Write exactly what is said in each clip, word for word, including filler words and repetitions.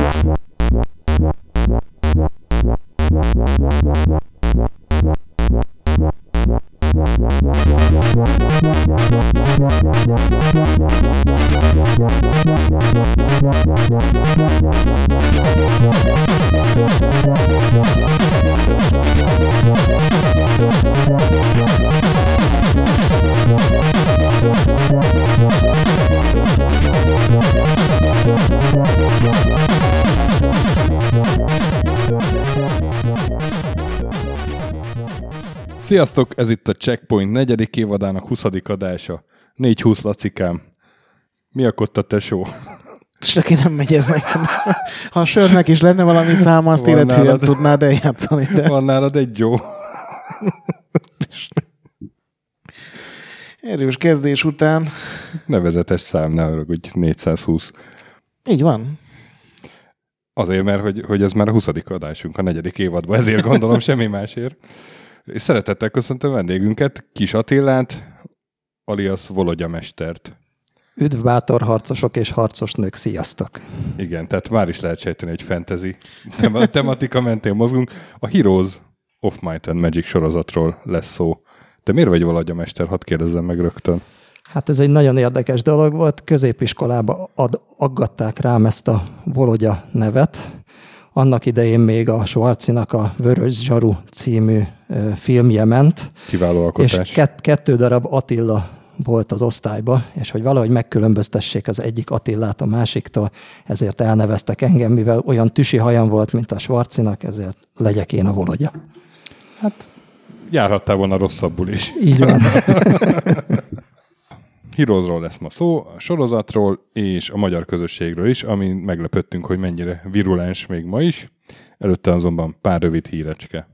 Sziasztok, ez itt a Checkpoint negyedik évadának huszadik adása. négy húsz Lacikám. Mi a kotta, tesó? És neki nem megy ez nekem. Ha a sörnek is lenne valami száma, azt élethűen tudnád eljátszani. De... Van nálad egy Joe. Erős kezdés után. Nevezetes szám, ne haragudj, négyszázhúsz. Így van. Azért, mert hogy, hogy ez már a huszadik adásunk a negyedik évadban, ezért gondolom semmi másért. És szeretettel köszöntöm vendégünket, Kis Attillát, alias Volodya mestert. Üdv bátor harcosok és harcos nők, sziasztok! Igen, tehát már is lehet sejteni, hogy fantasy tematika mentén mozgunk. A Heroes of Might and Magic sorozatról lesz szó. De miért vagy Volodya mester? Hadd kérdezzem meg rögtön. Hát ez egy nagyon érdekes dolog volt. Középiskolába ad, aggatták rám ezt a Volodya nevet. Annak idején még a Schwarzinak a Vörös Zsaru című ö, filmje ment. Kiváló alkotás. És kett, kettő darab Attila volt az osztályba, és hogy valahogy megkülönböztessék az egyik Attillát a másiktól, ezért elneveztek engem, mivel olyan tüsi hajam volt, mint a Schwarzinak, ezért legyek én a Volodya. Hát járhattál volna rosszabbul is. Így van. Heroesról lesz ma szó, a sorozatról és a magyar közösségről is, ami meglepődtünk, hogy mennyire virulens még ma is. Előtte azonban pár rövid hírecske.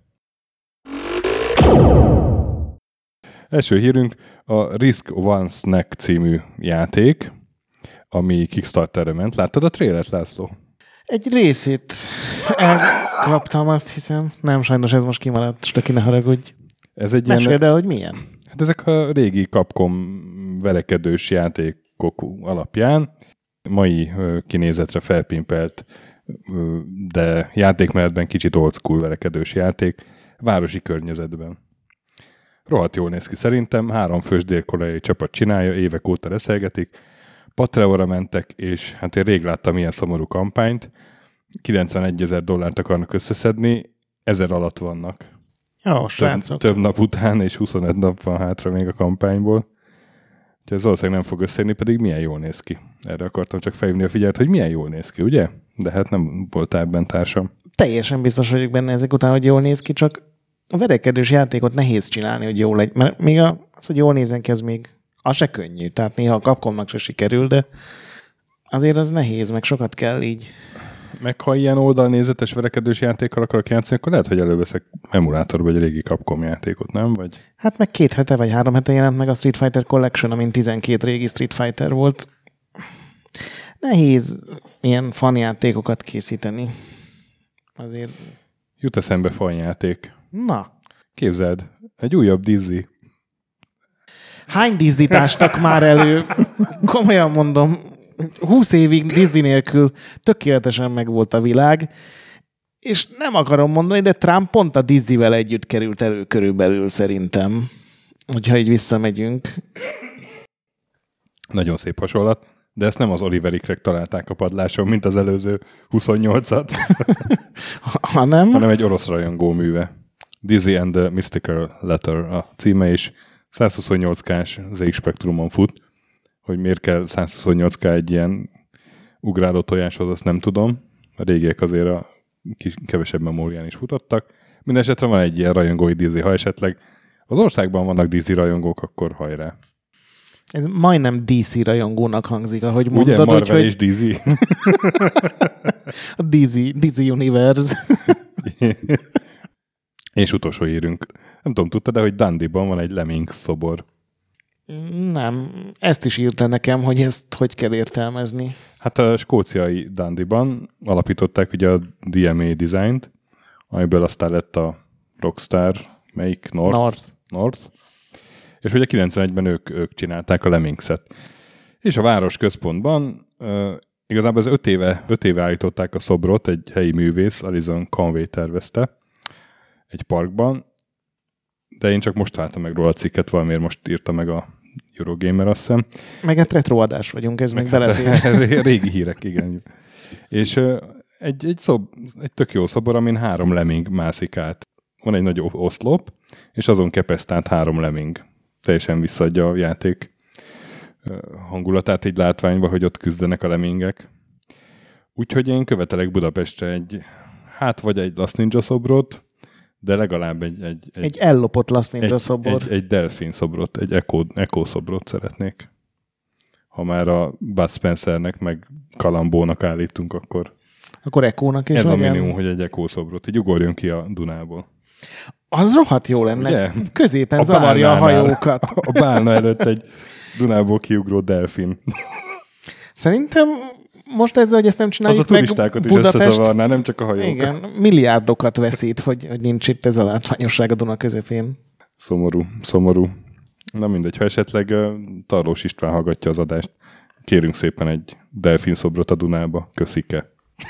Első hírünk a Risk One Snack című játék, ami Kickstarterre ment. Láttad a trailert, László? Egy részét elkaptam, azt hiszem. Nem, sajnos ez most kimaradt, és neki ne haragudj. Ez egy Meséld ilyen... el, hogy milyen? Hát ezek a régi Capcom verekedős játékok alapján mai kinézetre felpimpelt, de játékmenetben kicsit old school verekedős játék városi környezetben. Rohadt jól néz ki szerintem, három fős dél-koreai csapat csinálja, évek óta reszelgetik, Patreonra mentek, és hát én rég láttam ilyen szomorú kampányt, kilencvenegyezer dollárt akarnak összeszedni, ezer alatt vannak. Jó, srácok. Több, több nap után, és huszonöt nap van hátra még a kampányból. Úgyhogy ez valószínűleg nem fog összejönni, pedig milyen jól néz ki. Erre akartam csak felhívni a figyelmet, hogy milyen jól néz ki, ugye? De hát nem volt ebben társam. Teljesen biztos vagyok benne ezek után, hogy jól néz ki, csak a verekedős játékot nehéz csinálni, hogy jól legyen. Mert még az, hogy jól nézzen ki, az még az se könnyű. Tehát néha a Capcomnak se sikerül, de azért az nehéz, meg sokat kell így. Meg ha ilyen oldalnézetes verekedős játékkal akarok játszani, akkor lehet, hogy előveszek emulátorba egy régi Capcom játékot, nem? Vagy... Hát meg két hete vagy három hete jelent meg a Street Fighter Collection, amin tizenkét régi Street Fighter volt. Nehéz ilyen fanjátékokat készíteni. Azért... Jut eszembe fanjáték. Na. Képzeld, egy újabb Dizzy. Hány dizzitástak már elő? Komolyan mondom, húsz évig Disney nélkül tökéletesen megvolt a világ, és nem akarom mondani, de Trump pont a Disneyvel együtt került elő körülbelül szerintem. Hogyha így visszamegyünk. Nagyon szép hasonlat, de ezt nem az Oliver Ikrek találták a padláson, mint az előző huszonnyolcat, hanem? hanem egy orosz rajongó műve. Dizzy and the Mystical Letter a címe, és százhuszonnyolc ká-s zé iksz Spectrumon fut. Hogy miért kell százhuszonnyolc ká egy ilyen ugráló tojáshoz, azt nem tudom. A régiek azért a kis, kevesebb memórián is futottak. Mindenesetre van egy ilyen rajongói Dizzy, ha esetleg az országban vannak Dizzy rajongók, akkor hajrá. Ez majdnem dé cé rajongónak hangzik, ahogy ugye, mondtad. Marvel úgy, hogy... és Dizzy. A Dizzy, Dizzy Universe. És utolsó hírünk. Nem tudom, tudtad, de hogy Dundee-ban van egy Lemmings szobor. Nem. Ezt is írta nekem, hogy ezt hogy kell értelmezni. Hát a skóciai Dundee-ban alapították ugye a dé em á Design-t, amiből aztán lett a Rockstar, melyik? North. North. North. És ugye kilencvenegyben ők, ők csinálták a Lemmingset. És a város központban Igazából az öt éve, öt éve állították a szobrot, egy helyi művész, Alison Conway tervezte egy parkban, de én csak most találtam meg róla a cikket, valamiért most írta meg a Eurogamer, azt hiszem. Meg egy retroadás vagyunk, ez meg, még hát belefér. Régi hírek, igen. És egy, egy, szob, egy tök jó szobor, amin három lemming mászik át. Van egy nagy oszlop, és azon kepeszt át három lemming. Teljesen visszaadja a játék hangulatát egy látványba, hogy ott küzdenek a lemmingek. Úgyhogy én követelek Budapestre egy, hát vagy egy Last Ninja szobrot, de legalább egy... Egy, egy, egy ellopott Last Ninja egy, szobor. Egy, egy delfin szobrot, egy Echo, Echo szobrot szeretnék. Ha már a Bud Spencernek, meg Kalambónak állítunk, akkor... Akkor Echo-nak is ez legyen. a minimum, hogy egy Echo szobrot. Így ugorjon ki a Dunából. Az rohadt jó lenne. Ugye? Középen a zavarja a hajókat. A bálna előtt egy Dunából kiugró delfin. Szerintem most ezzel, hogy ezt nem csináljuk meg, az a turistákat is Budapest, összezavarná, nem csak a hajókat. Igen, milliárdokat veszít, hogy, hogy nincs itt ez a látványosság a Duna közepén. Szomorú, szomorú. Na mindegy, ha esetleg uh, Tarlós István hallgatja az adást, kérünk szépen egy delfin szobrot a Dunába. Köszike.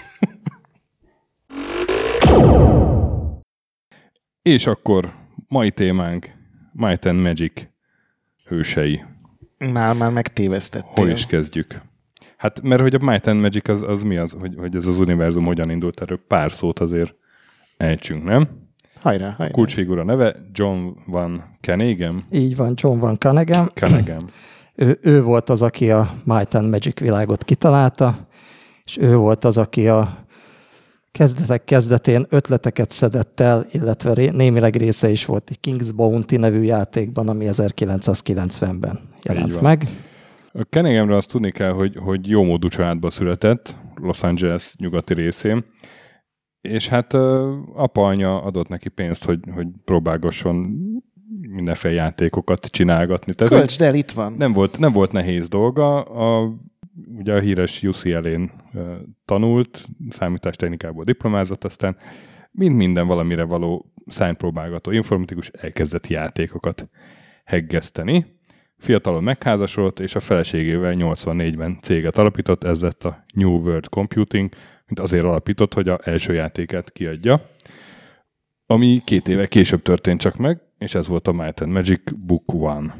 És akkor mai témánk Might and Magic hősei. Már, már megtévesztettél. Hol is kezdjük? Hát, mert hogy a Might and Magic az, az mi az, hogy, hogy ez az univerzum hogyan indult, erről pár szót azért ejtsünk, nem? Hajrá, hajrá. Kulcsfigura neve John Van Caneghem. Így van, John Van Caneghem. Caneghem. ő, ő volt az, aki a Might and Magic világot kitalálta, és ő volt az, aki a kezdetek kezdetén ötleteket szedett el, illetve ré, némileg része is volt egy King's Bounty nevű játékban, ami ezerkilencszázkilencvenben jelent meg. A Caneghamről azt tudni kell, hogy, hogy jó módú családba született, Los Angeles nyugati részén, és hát apa-anya adott neki pénzt, hogy, hogy próbálgasson mindenféle játékokat csinálgatni. Tehát Költsd el, itt van. Nem volt, nem volt nehéz dolga. A, ugye a híres U C L-én tanult, számítástechnikából diplomázott, aztán mind minden valamire való szájpróbálgató informatikus elkezdett játékokat heggeszteni. Fiatalon megházasodott, és a feleségével nyolcvannégyben céget alapított, ez lett a New World Computing, mint azért alapított, hogy az első játékát kiadja, ami két éve később történt csak meg, és ez volt a Might and Magic Book One.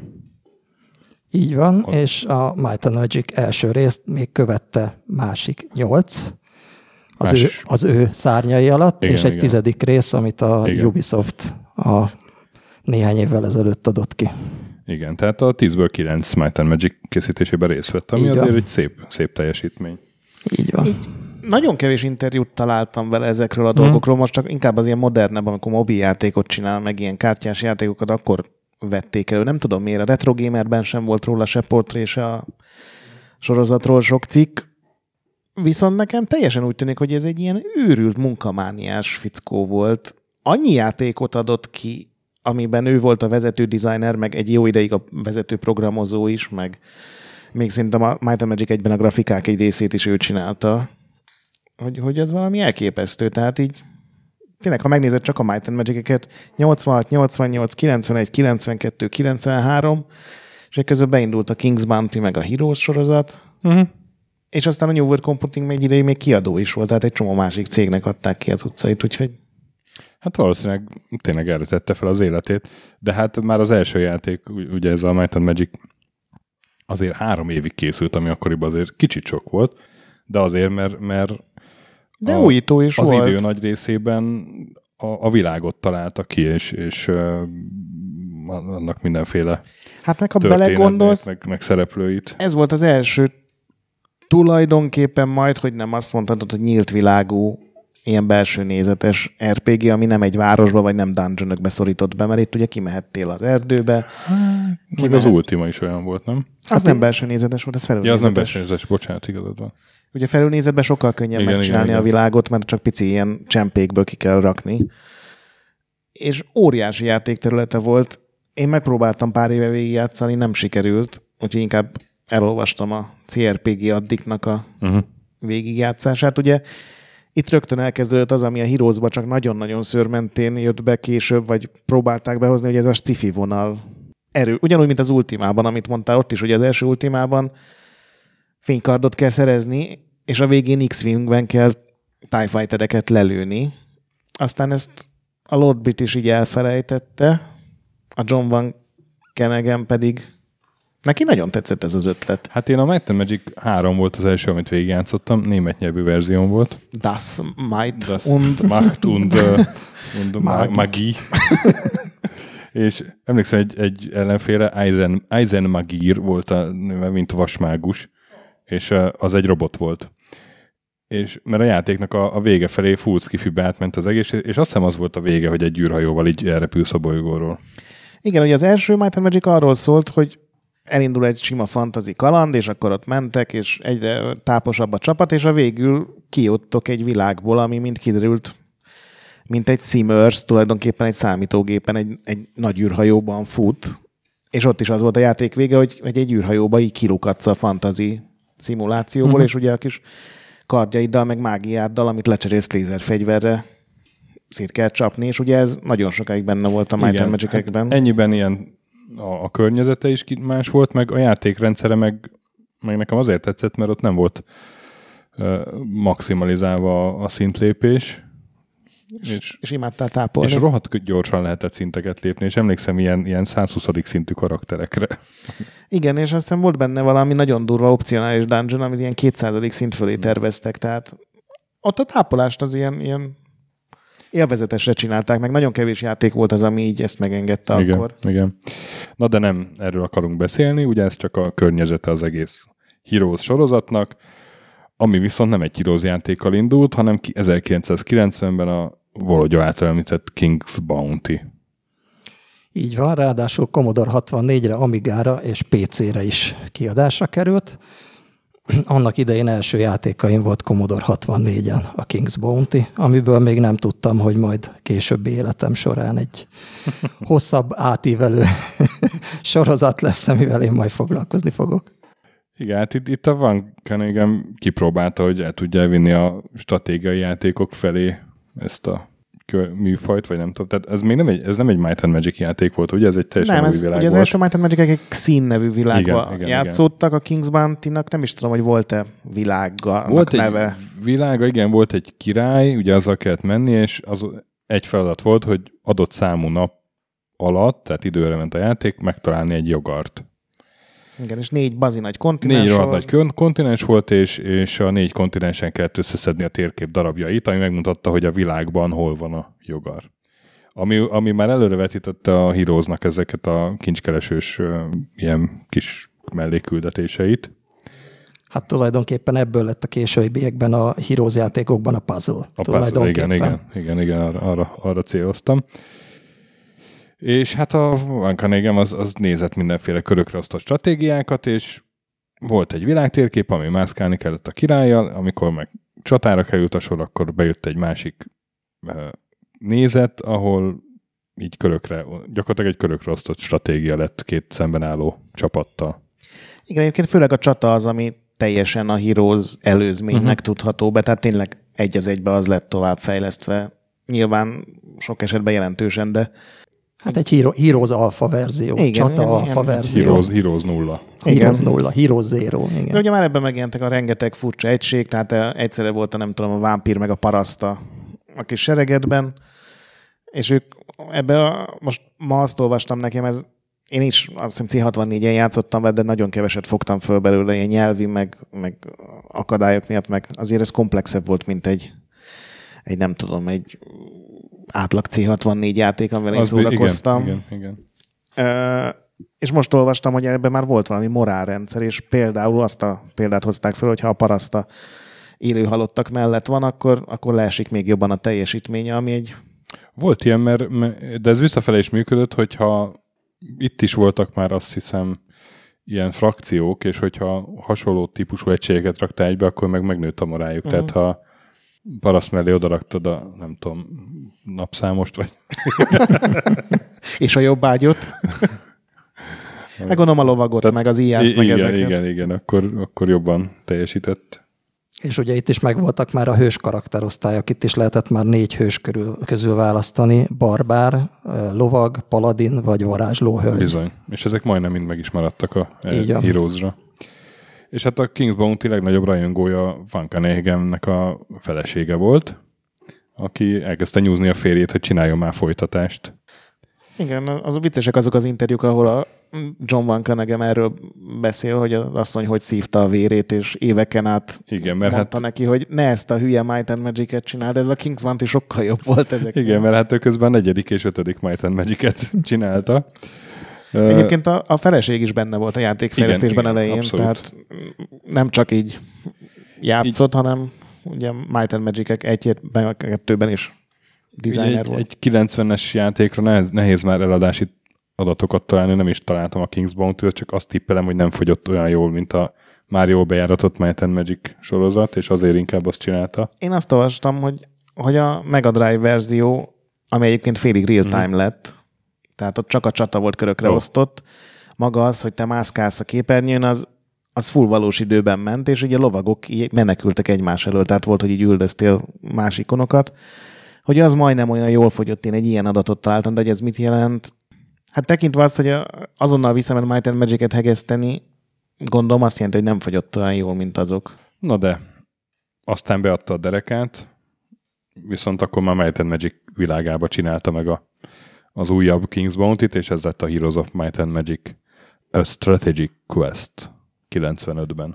Így van, a... és a Might and Magic első részt még követte másik nyolc, az, Más... ő, az ő szárnyai alatt, igen, és egy igen. tizedik rész, amit a igen. Ubisoft a néhány évvel ezelőtt adott ki. Igen, tehát a tízből kilenc Might and Magic készítésében részt vett, ami így azért van. Egy szép, szép teljesítmény. Így van. Így nagyon kevés interjút találtam vele ezekről a dolgokról, most csak inkább az ilyen modernebb, amikor mobil játékot csinál, meg ilyen kártyás játékokat, akkor vették elő. Nem tudom miért, a Retro Gamerben sem volt róla se portré, se a sorozatról sok cikk. Viszont nekem teljesen úgy tűnik, hogy ez egy ilyen őrült munkamániás fickó volt. Annyi játékot adott ki, amiben ő volt a vezető designer, meg egy jó ideig a vezető programozó is, meg még szerintem a Might and Magic egyben a grafikák egy részét is ő csinálta. Hogy, hogy ez valami elképesztő. Tehát így tényleg, ha megnézed csak a Might and Magic-eket, nyolcvanhat, nyolcvannyolc, kilencvenegy, kilencvenkettő, kilencvenhárom, és egy közben beindult a King's Bounty, meg a Heroes sorozat, uh-huh. és aztán a New World Computing még ideig még kiadó is volt, tehát egy csomó másik cégnek adták ki az utcait, úgyhogy... Hát valószínűleg tényleg erre tette fel az életét, de hát már az első játék, ugye ez a Might and Magic azért három évig készült, ami akkoriban azért kicsit sok volt, de azért, mert, mert de a, újító is az volt. idő nagy részében a, a világot találta ki, és, és uh, annak mindenféle hát meg ha belegondolsz, meg, meg szereplőit. Ez volt az első tulajdonképpen majd, hogy nem azt mondhatod, hogy nyílt világú, ilyen belső nézetes er pé gé, ami nem egy városba, vagy nem dungeonökbe szorított be, mert itt ugye kimehettél az erdőbe. Meg az Ultima is olyan volt, nem? Az hát nem belső nézetes volt, ez felülnézetes. Ja, az nem belső nézetes, bocsánat, igazad van. Ugye felülnézetben sokkal könnyebb igen, megcsinálni igen, a igen. világot, mert csak pici ilyen csempékből ki kell rakni. És óriási játékterülete volt. Én megpróbáltam pár éve végigjátszani, nem sikerült, úgyhogy inkább elolvastam a cé er pé gé addiknak a uh-huh. végigjátszását. Ugye itt rögtön elkezdődött az, ami a Heroesba csak nagyon-nagyon szőrmentén jött be később, vagy próbálták behozni, hogy ez a sci-fi vonal erő. Ugyanúgy, mint az Ultimában, amit mondtál ott is, hogy az első Ultimában fénykardot kell szerezni, és a végén X-Wingben kell TIE Fightereket lelőni. Aztán ezt a Lord British így elfelejtette, a John Van Kenegan pedig neki nagyon tetszett ez az ötlet. Hát én a Might and Magic három volt az első, amit végigjátszottam, német nyelvű verzión volt. Das Might Das und... Macht und, uh, und Magie. Magie. És emlékszem, egy, egy ellenféle Eisen, Eisen Magír volt, a, mint vasmágus, és uh, az egy robot volt. És mert a játéknak a, a vége felé full skifibe átment az egész, és azt hiszem az volt a vége, hogy egy űrhajóval így elrepülsz a bolygóról. Igen, ugye az első Might and Magic arról szólt, hogy elindul egy sima fantasy kaland, és akkor ott mentek, és egyre táposabb a csapat, és a végül kijuttok egy világból, ami mind kiderült, mint egy Simmers, tulajdonképpen egy számítógépen egy, egy nagy űrhajóban fut, és ott is az volt a játék vége, hogy egy űrhajóba így kilukadsz a fantasy szimulációból, uh-huh. és ugye a kis kardjaiddal, meg mágiáddal, amit lecserélsz lézerfegyverre, szét kell csapni, és ugye ez nagyon sokáig benne volt a Might and Magic-ekben. Hát ennyiben ilyen a, a környezete is más volt, meg a játékrendszere meg, meg nekem azért tetszett, mert ott nem volt uh, maximalizálva a szintlépés. És, és, és imádtál tápolni. És rohadt gyorsan lehetett szinteket lépni, és emlékszem ilyen, ilyen százhuszadik szintű karakterekre. Igen, és aztán volt benne valami nagyon durva opcionális dungeon, amit ilyen kétszázadik szint fölé terveztek, tehát ott a tápolást az ilyen, ilyen élvezetesre csinálták, meg nagyon kevés játék volt az, ami így ezt megengedte igen, akkor. Igen. Na de nem erről akarunk beszélni, ugye ez csak a környezete az egész Heroes sorozatnak, ami viszont nem egy Heroes játékkal indult, hanem ezerkilencszázkilencvenben a Volodya által említett King's Bounty. Így van, ráadásul Commodore hatvannégyre, Amigára és pé cére is kiadásra került. Annak idején első játékaim volt Commodore hatvannégyen a King's Bounty, amiből még nem tudtam, hogy majd későbbi életem során egy hosszabb átívelő sorozat lesz, amivel én majd foglalkozni fogok. Igen, hát itt, itt a Van Kenegan kipróbálta, hogy el tudja elvinni a stratégiai játékok felé ezt a műfajt, vagy nem tudom. Tehát ez még nem egy, ez nem egy Might and Magic játék volt, ugye? Ez egy teljesen nem, új ez, világ ugye volt. az első Might and Magic egy Xin nevű világban igen, igen, játszódtak, igen. a King's Bounty-nak nem is tudom, hogy volt-e világa volt neve. Egy világa, igen, volt egy király, ugye azzal kellett menni, és az egy feladat volt, hogy adott számú nap alatt, tehát időre ment a játék, megtalálni egy jogart. Igen, és négy bazi nagy kontinens Négy volt. nagy kontinens volt, és, és a négy kontinensen kellett összeszedni a térkép darabjait, ami megmutatta, hogy a világban hol van a jogar. Ami, ami már előrevetítette a Heroesnak ezeket a kincskeresős uh, ilyen kis mellékküldetéseit. Hát tulajdonképpen ebből lett a későbbiekben a Heroes játékokban a puzzle. A puzzle, igen, igen, igen, igen, arra, arra, arra céloztam. És hát a Van Kenegan az, az nézett mindenféle körökre azt a stratégiákat, és volt egy világtérkép, ami mászkálni kellett a királlyal, amikor meg csatára került a sor, akkor bejött egy másik nézet, ahol így körökre, gyakorlatilag egy körökre osztott stratégia lett két szemben álló csapattal. Igen, egyébként főleg a csata az, ami teljesen a Heroes előzménynek uh-huh. tudható be, tehát tényleg egy az egybe az lett tovább fejlesztve. Nyilván sok esetben jelentősen, de hát egy Hero, Heroes alfa verzió, igen, csata igen, alfa igen. verzió. Heroes, Heroes nulla. Heroes nulla, Heroes zero. Igen. De ugye már ebben megjelentek a rengeteg furcsa egység, tehát egyszerre volt a nem tudom, a vámpír meg a paraszta a kis seregedben, és ők ebbe a, most ma azt olvastam nekem, ez én is azt hiszem cé hatvannégyen játszottam vele, de nagyon keveset fogtam föl belőle ilyen nyelvi, meg, meg akadályok miatt, meg azért ez komplexebb volt, mint egy, egy nem tudom, egy átlag cé hatvannégy játék, amivel én szórakoztam. Igen, igen, igen. Uh, és most olvastam, hogy ebben már volt valami morálrendszer, és például azt a példát hozták föl, hogyha a paraszta élő halottak mellett van, akkor, akkor leesik még jobban a teljesítménye, ami egy... Volt ilyen, mert, de ez visszafele is működött, hogyha itt is voltak már azt hiszem ilyen frakciók, és hogyha hasonló típusú egységeket raktál egybe, akkor meg megnőtt a morájuk. Uh-huh. Tehát ha paraszt mellé odaraktad a, nem tudom, napszámost, vagy... és a jobb ágyot. Megonom a lovagot, Tehát, meg az íjást, meg igen, ezeket. Igen, igen, akkor, akkor jobban teljesített. És ugye itt is megvoltak már a hős karakterosztályok, itt is lehetett már négy hős körül, közül választani, barbár, lovag, paladin vagy varázslóhölgy. Bizony, és ezek majdnem mind meg is maradtak a Heroesra. És hát a King's Bounty legnagyobb rajongója Van Kanagannek a felesége volt, aki elkezdte nyúzni a férjét, hogy csináljon már folytatást. Igen, az viccesek azok az interjúk, ahol a John Van Kanagan erről beszél, hogy az asszony hogy szívta a vérét, és éveken át igen, mert mondta hát, neki, hogy ne ezt a hülye Might and Magic-et csináld, ez a King's Bounty sokkal jobb volt ezek. Igen, mert hát ő közben negyedik és ötödik Might and Magic-et csinálta. Egyébként a, a feleség is benne volt a játékfejlesztésben igen, elején, abszolút. tehát nem csak így játszott, így, hanem ugye Might and Magic-ek egyben, kettőben is designer egy, volt. egy kilencvenes játékra nehéz, nehéz már eladási adatokat találni, nem is találtam a King's Bounty-t, csak azt tippelem, hogy nem fogyott olyan jól, mint a már jól bejáratott Might and Magic sorozat, és azért inkább azt csinálta. Én azt olvastam, hogy, hogy a Mega Drive verzió, ami egyébként félig real-time hmm. lett, tehát ott csak a csata volt körökre oh. osztott, maga az, hogy te mászkálsz a képernyőn, az, az full valós időben ment, és ugye a lovagok így menekültek egymás elől, tehát volt, hogy így üldöztél más ikonokat, hogy az majdnem olyan jól fogyott, én egy ilyen adatot találtam, de hogy ez mit jelent? Hát tekintve azt, hogy azonnal visszament Might and Magic-et hegeszteni, gondolom azt jelenti, hogy nem fogyott olyan jól, mint azok. Na de, aztán beadta a derekát, viszont akkor már Might and Magic világába csinálta meg a, az újabb King's Bounty-t, és ez lett a Heroes of Might and Magic A Strategic Quest kilencvenötben.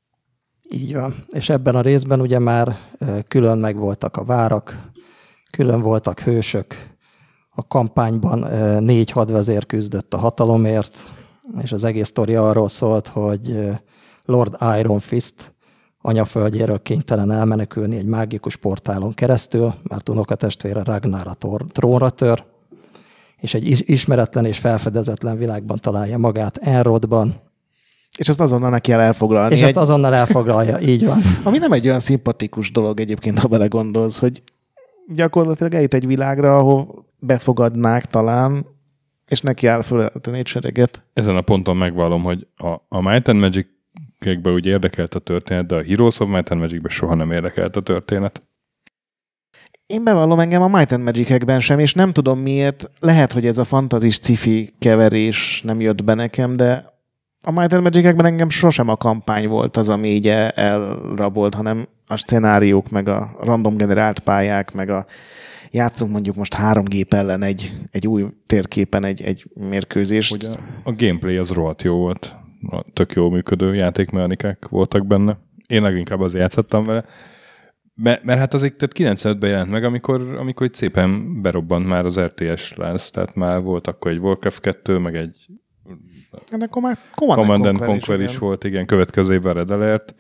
Így van. És ebben a részben ugye már külön megvoltak a várak, külön voltak hősök, a kampányban négy hadvezér küzdött a hatalomért, és az egész sztori arról szólt, hogy Lord Iron Fist anyaföldjéről kénytelen elmenekülni egy mágikus portálon keresztül, mert unokatestvére Ragnar a trónra tör, és egy ismeretlen és felfedezetlen világban találja magát, Enrodban. És azt azonnal neki kell elfoglalni. És egy... ezt azonnal elfoglalja, így van. Ami nem egy olyan szimpatikus dolog egyébként, ha belegondolsz, hogy gyakorlatilag eljut egy világra, ahol befogadnák talán, és neki áll fölállítani egy sereget. Ezen a ponton megvallom, hogy a, a Might and Magic-ekben úgy érdekelt a történet, de a Heroes of Might and Magic-ben soha nem érdekelt a történet. Én bevallom, engem a Might and Magic-ekben sem, és nem tudom miért. Lehet, hogy ez a fantazis sci-fi keverés nem jött be nekem, de a Might and Magic-ekben engem sosem a kampány volt az, ami így elrabolt, hanem a szcenáriók, meg a random generált pályák, meg a játszunk mondjuk most három gép ellen egy, egy új térképen egy, egy mérkőzést. Ugye a gameplay az rohadt jó volt. Tök jól működő játékmechanikák voltak benne. Én leginkább azért játszottam vele. Mert, mert hát azért tehát kilencvenötben jelent meg, amikor, amikor itt szépen berobbant már az er té es láz. Tehát már volt akkor egy Warcraft kettő, meg egy hát akkor már Command, Command and Conquer, Conquer is, is volt, igen, következő évben Red Alert.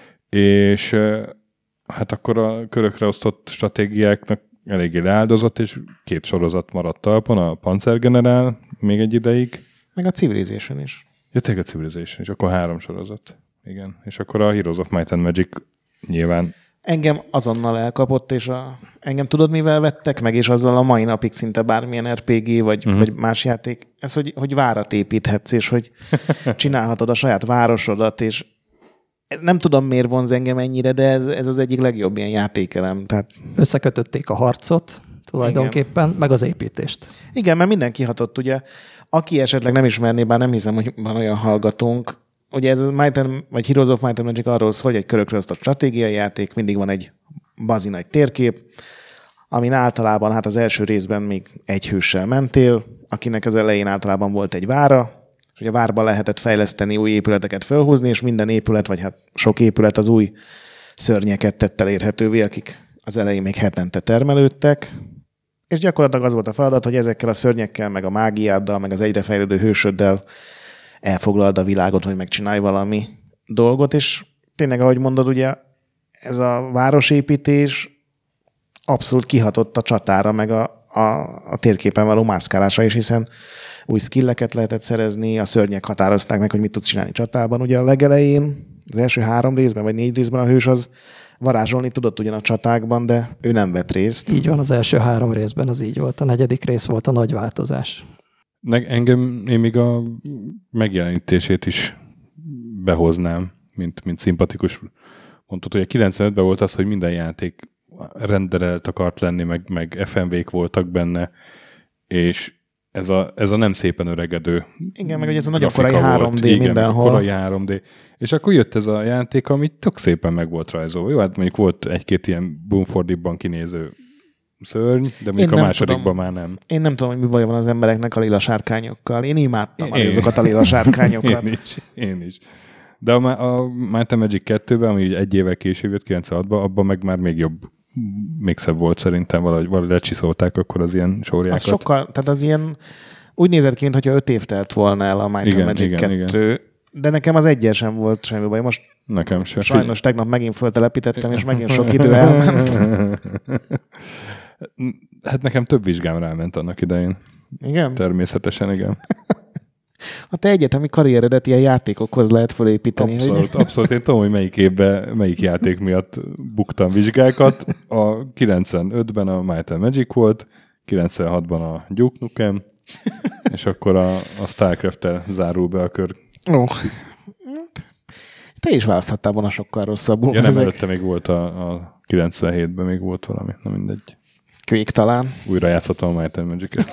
És hát akkor a körökre osztott stratégiáknak eléggé leáldozott, és két sorozat maradt talpon, a Panzergenerál még egy ideig. Meg a Civilization is. Jöttek a Civilization, és akkor három sorozat. Igen. És akkor a Heroes of Might and Magic nyilván. Engem azonnal elkapott, és a, engem tudod, mivel vettek meg, és azzal a mai napig szinte bármilyen er pé gé, vagy, uh-huh. vagy más játék, ez, hogy, hogy várat építhetsz, és hogy csinálhatod a saját városodat, és nem tudom, miért vonz engem ennyire, de ez, ez az egyik legjobb ilyen játékelem. Tehát... Összekötötték a harcot tulajdonképpen, igen. meg az építést. Igen, mert mindenki hatott, ugye. Aki esetleg nem ismerné, bár nem hiszem, hogy van olyan hallgatónk, ugye ez a Might and, vagy Heroes of Might and Magic arról szól, hogy egy körökre osztott stratégiai játék, mindig van egy bazi nagy térkép, amin általában hát az első részben még egy hőssel mentél, akinek az elején általában volt egy vára, és ugye a várban lehetett fejleszteni, új épületeket felhúzni, és minden épület, vagy hát sok épület az új szörnyeket tett elérhetővé, akik az elején még hetente termelődtek, és gyakorlatilag az volt a feladat, hogy ezekkel a szörnyekkel, meg a mágiáddal, meg az egyre fejlődő hősöddel elfoglald a világot, hogy megcsinálj valami dolgot, és tényleg, ahogy mondod, ugye ez a városépítés abszolút kihatott a csatára, meg a, a, a térképen való mászkálásra is, hiszen új skilleket lehetett szerezni, a szörnyek határozták meg, hogy mit tudsz csinálni csatában. Ugye a legelején, az első három részben, vagy négy részben a hős az varázsolni tudott ugyan a csatákban, de ő nem vett részt. Így van, az első három részben az így volt. A negyedik rész volt a nagy változás. Engem, én még a megjelenítését is behoznám, mint, mint szimpatikus. Mondtad, hogy a kilencvenötben volt az, hogy minden játék renderelt akart lenni, meg, meg ef em vé-k voltak benne, és ez a, ez a nem szépen öregedő. Igen, meg hogy ez a nagyon korai három dé igen, mindenhol. korai három dé. És akkor jött ez a játék, ami tök szépen meg volt rajzolva. Jó, hát mondjuk volt egy-két ilyen Boom-Fordibban kinéző szörny, de még a másodikban már nem. Én nem tudom, hogy mi baj van az embereknek a lila sárkányokkal. Én imádtam én, azokat a lila sárkányokat. Én is, én is. De a, a Might and Magic kettőben, ami egy évvel később jött, kilencvenhatban, abban meg már még jobb, még szebb volt szerintem, valahogy, valahogy lecsiszolták akkor az ilyen sóriákat. Az sokkal, tehát az ilyen úgy nézett ki, mintha öt év telt volna el a Might igen, and Magic igen, kettő, igen. De nekem az egyel sem volt semmi baj. Most nekem sem. Sajnos tegnap megint föltelepítettem, és megint sok idő elment. Hát nekem több vizsgám ráment annak idején. Igen? Természetesen, igen. A te egyetemi karrieredet ilyen játékokhoz lehet fölépíteni. Abszolút, hogy... abszolút. Én tudom, hogy melyik évben, melyik játék miatt buktam vizsgákat. A kilencvenötben a Might and Magic volt, kilencvenhatban a Duke Nukem, és akkor a, a Starcraft-tel zárul be a kör. Ó, te is választhattál volna sokkal rosszabbul. Ja, nem, ezek... előtte még volt a, a kilencvenhétben még volt valami, na mindegy. Quake talán. Újra játszottam a Might and Magic-et.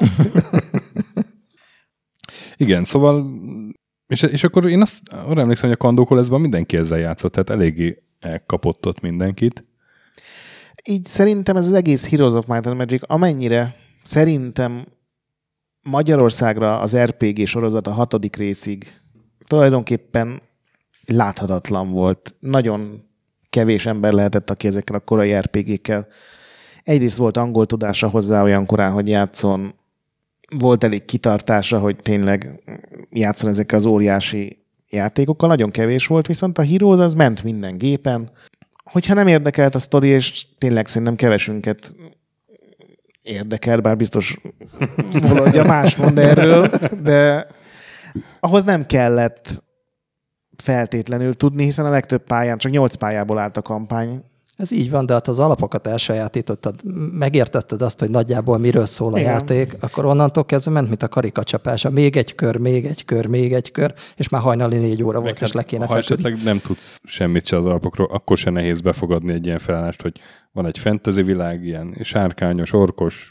Igen, szóval, és, és akkor én azt arra emlékszem, hogy a Kandó Koleszban mindenki ezzel játszott, tehát eléggé elkapott ott mindenkit. Így szerintem ez az egész Heroes of Might and Magic, amennyire szerintem Magyarországra az er pé gé sorozat a hatodik részig tulajdonképpen láthatatlan volt. Nagyon kevés ember lehetett, aki ezekkel a korai er pé gékkel. Egyrészt volt angol tudása hozzá olyan korán, hogy játszon, volt elég kitartása, hogy tényleg játszon ezekkel az óriási játékokkal. Nagyon kevés volt, viszont a Heroes az ment minden gépen. Hogyha nem érdekelt a sztori, és tényleg szerintem kevesünket érdekel, bár biztos valahogy más mond erről, de ahhoz nem kellett feltétlenül tudni, hiszen a legtöbb pályán, csak nyolc pályából állt a kampány. Ez így van, de hát az alapokat elsajátítottad, megértetted azt, hogy nagyjából miről szól a igen. játék, akkor onnantól kezdve ment, mint a karikacsapása. Még egy kör, még egy kör, még egy kör, és már hajnali négy óra volt, és le kéne ha feküdni. Esetleg nem tudsz semmit se az alapokról, akkor se nehéz befogadni egy ilyen felállást, hogy van egy fantasy világ, ilyen sárkányos, orkos,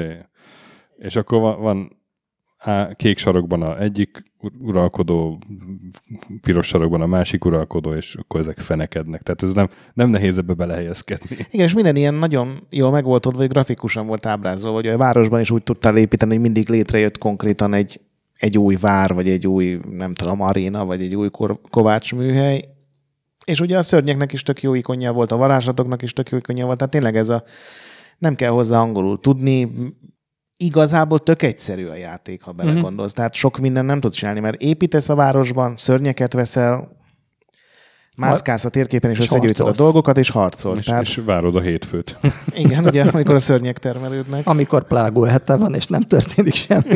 és akkor van, van á, kék sarokban a egyik uralkodó, piros sarokban a másik uralkodó, és akkor ezek fenekednek. Tehát ez nem, nem nehéz ebbe belehelyezkedni. Igen, és minden ilyen nagyon jól meg volt ott, vagy grafikusan volt ábrázolva, hogy a városban is úgy tudtál építeni, hogy mindig létrejött konkrétan egy, egy új vár, vagy egy új, nem tudom, aréna, vagy egy új kovácsműhely. És ugye a szörnyeknek is tök jó ikonja volt, a varázslatoknak is tök jó ikonja volt, tehát tényleg ez a nem kell hozzá angolul tudni, igazából tök egyszerű a játék, ha belegondolsz. Mm-hmm. Tehát sok minden nem tudsz csinálni, mert építesz a városban, szörnyeket veszel, mászkálsz a térképen, és, és összegyűjtöd a dolgokat, és harcolsz. És, Tehát... és várod a hétfőt. Igen, ugye, amikor a szörnyek termelődnek. Amikor plágó hete van, és nem történik semmi.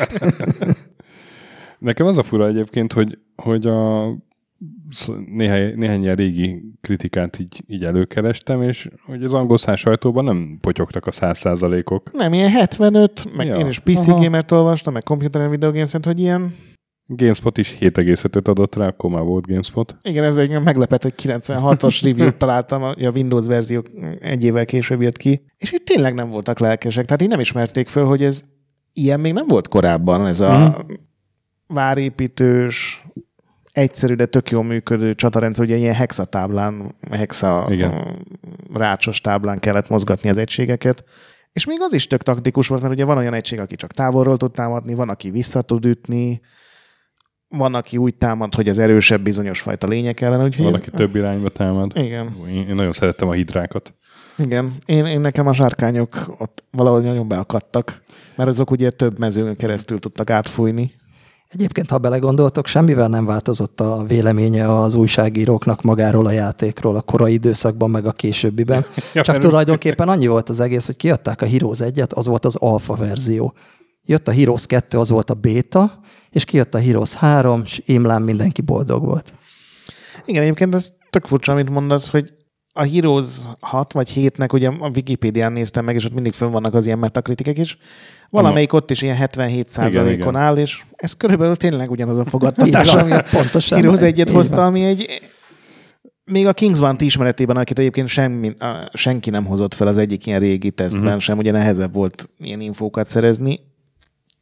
Nekem az a fura egyébként, hogy, hogy a néhány, néhány ilyen régi kritikát így, így előkerestem, és hogy az angol száz sajtóban nem potyogtak a száz százalékok. Nem, ilyen hetvenöt, meg ja. Én is pé cé Gamert olvastam, meg Computer Video Games, hogy ilyen... GameSpot is hét egész ötöt adott rá, akkor már volt GameSpot. Igen, ez egy meglepett, hogy kilencvenhatos review-t találtam, a Windows verzió egy évvel később jött ki, és itt tényleg nem voltak lelkesek, tehát így nem ismerték föl, hogy ez ilyen még nem volt korábban, ez a mm. várépítős, egyszerű, de tök jól működő csatarendszer, ugye ilyen hexatáblán, hexa Igen. rácsos táblán kellett mozgatni az egységeket. És még az is tök taktikus volt, mert ugye van olyan egység, aki csak távolról tud támadni, van, aki vissza tud ütni, van, aki úgy támad, hogy az erősebb bizonyos fajta lények ellen. Úgyhogy van, ez... aki több irányba támad. Igen. Én nagyon szerettem a hidrákat. Igen. Én, én nekem a sárkányok ott valahogy nagyon beakadtak, mert azok ugye több mezőn keresztül tudtak átfújni. Egyébként, ha belegondoltok, semmivel nem változott a véleménye az újságíróknak magáról a játékról a korai időszakban, meg a későbbiben. Ja, Csak tulajdonképpen annyi volt az egész, hogy kiadták a Heroes egyet, az volt az alfa verzió. Jött a Heroes kettő, az volt a beta, és kijött a Heroes három, és imlán mindenki boldog volt. Igen, egyébként ez tök furcsa, amit mondasz, hogy a Heroes hat vagy hétnek, ugye a Wikipédián néztem meg, és ott mindig fönn vannak az ilyen metakritikek is. Valamelyik ott is ilyen hetvenhét százalékon áll, és ez körülbelül tényleg ugyanaz a fogadtatás, ami a Heroes egyet hozta, ami egy... Még a Kingsman ismeretében, akit egyébként semmi, senki nem hozott fel az egyik ilyen régi tesztben mm-hmm. sem, ugye nehezebb volt ilyen infókat szerezni.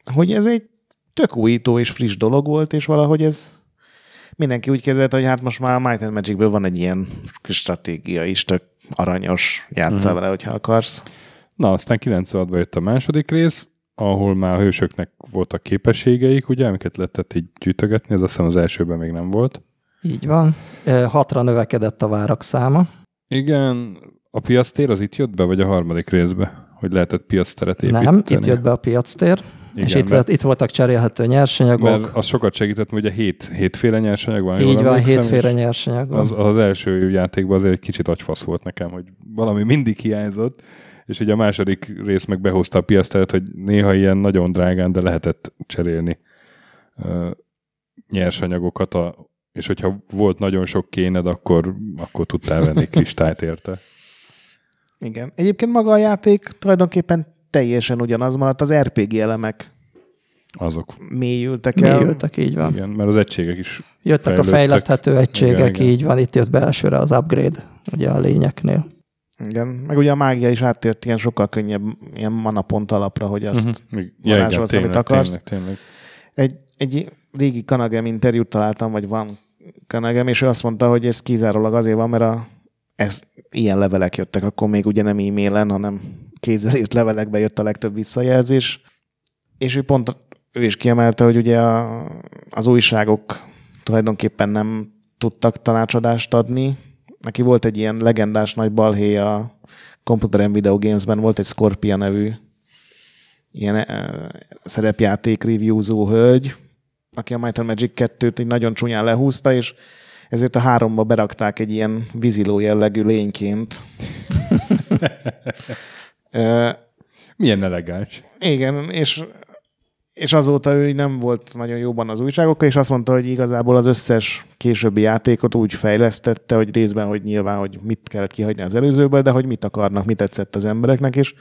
hogy ez egy tök újító és friss dolog volt, és valahogy ez mindenki úgy kezelte, hogy hát most már a Might and Magicből van egy ilyen stratégia is, tök aranyos, játsszál uh-huh. vele, hogyha akarsz. Na, aztán kilencvenhatban jött a második rész, ahol már a hősöknek voltak képességeik, ugye, amiket lehetett így gyűjtögetni, ez azt hiszem az elsőben még nem volt. Így van. Hatra növekedett a várak száma. Igen, a piactér az itt jött be, vagy a harmadik részbe? Hogy lehetett piacteret építeni? Nem, itt jött be a piactér, igen, és itt, mert, itt voltak cserélhető nyersanyagok. Mert az sokat segített, hogy ugye hét, hétféle nyersanyag van. Így van, hétféle nyersanyag van. Az, az első játékban azért egy kicsit agyfasz volt nekem, hogy valami mindig hiányzott, és ugye a második rész meg behozta a piacteret, hogy néha ilyen nagyon drágán, de lehetett cserélni uh, nyersanyagokat, a, és hogyha volt nagyon sok kéned, akkor, akkor tudtál venni kristályt érte. Igen. Egyébként maga a játék tulajdonképpen teljesen ugyanaz maradt, az er pé gé elemek azok mélyültek el. Mélyültek, így van. Igen, mert az egységek is jöttek fejlődtek. A fejleszthető egységek, igen, így igen. van, itt jött be elsőre az upgrade, ugye a lényeknél. Igen, meg ugye a mágia is áttért ilyen sokkal könnyebb ilyen manapont alapra, hogy azt uh-huh. varázsolsz, ja, amit akarsz. Tényleg, tényleg. Egy, egy régi Kanagem interjút találtam, vagy van Kanagem, és ő azt mondta, hogy ez kizárólag azért van, mert a, ez, ilyen levelek jöttek, akkor még ugye nem e-mailen, hanem kézzel írt levelekbe jött a legtöbb visszajelzés, és ő pont ő is kiemelte, hogy ugye a, az újságok tulajdonképpen nem tudtak tanácsadást adni. Neki volt egy ilyen legendás nagy balhé a Computer and Video Games-ben, volt egy Scorpia nevű ilyen uh, szerepjáték reviewzó hölgy, aki a Might and Magic kettőt így nagyon csúnyán lehúzta, és ezért a háromba berakták egy ilyen víziló jellegű lényként. uh, Milyen elegáns. Igen, és és azóta ő nem volt nagyon jóban az újságokkal, és azt mondta, hogy igazából az összes későbbi játékot úgy fejlesztette, hogy részben, hogy nyilván, hogy mit kellett kihagyni az előzőből, de hogy mit akarnak, mit tetszett az embereknek, és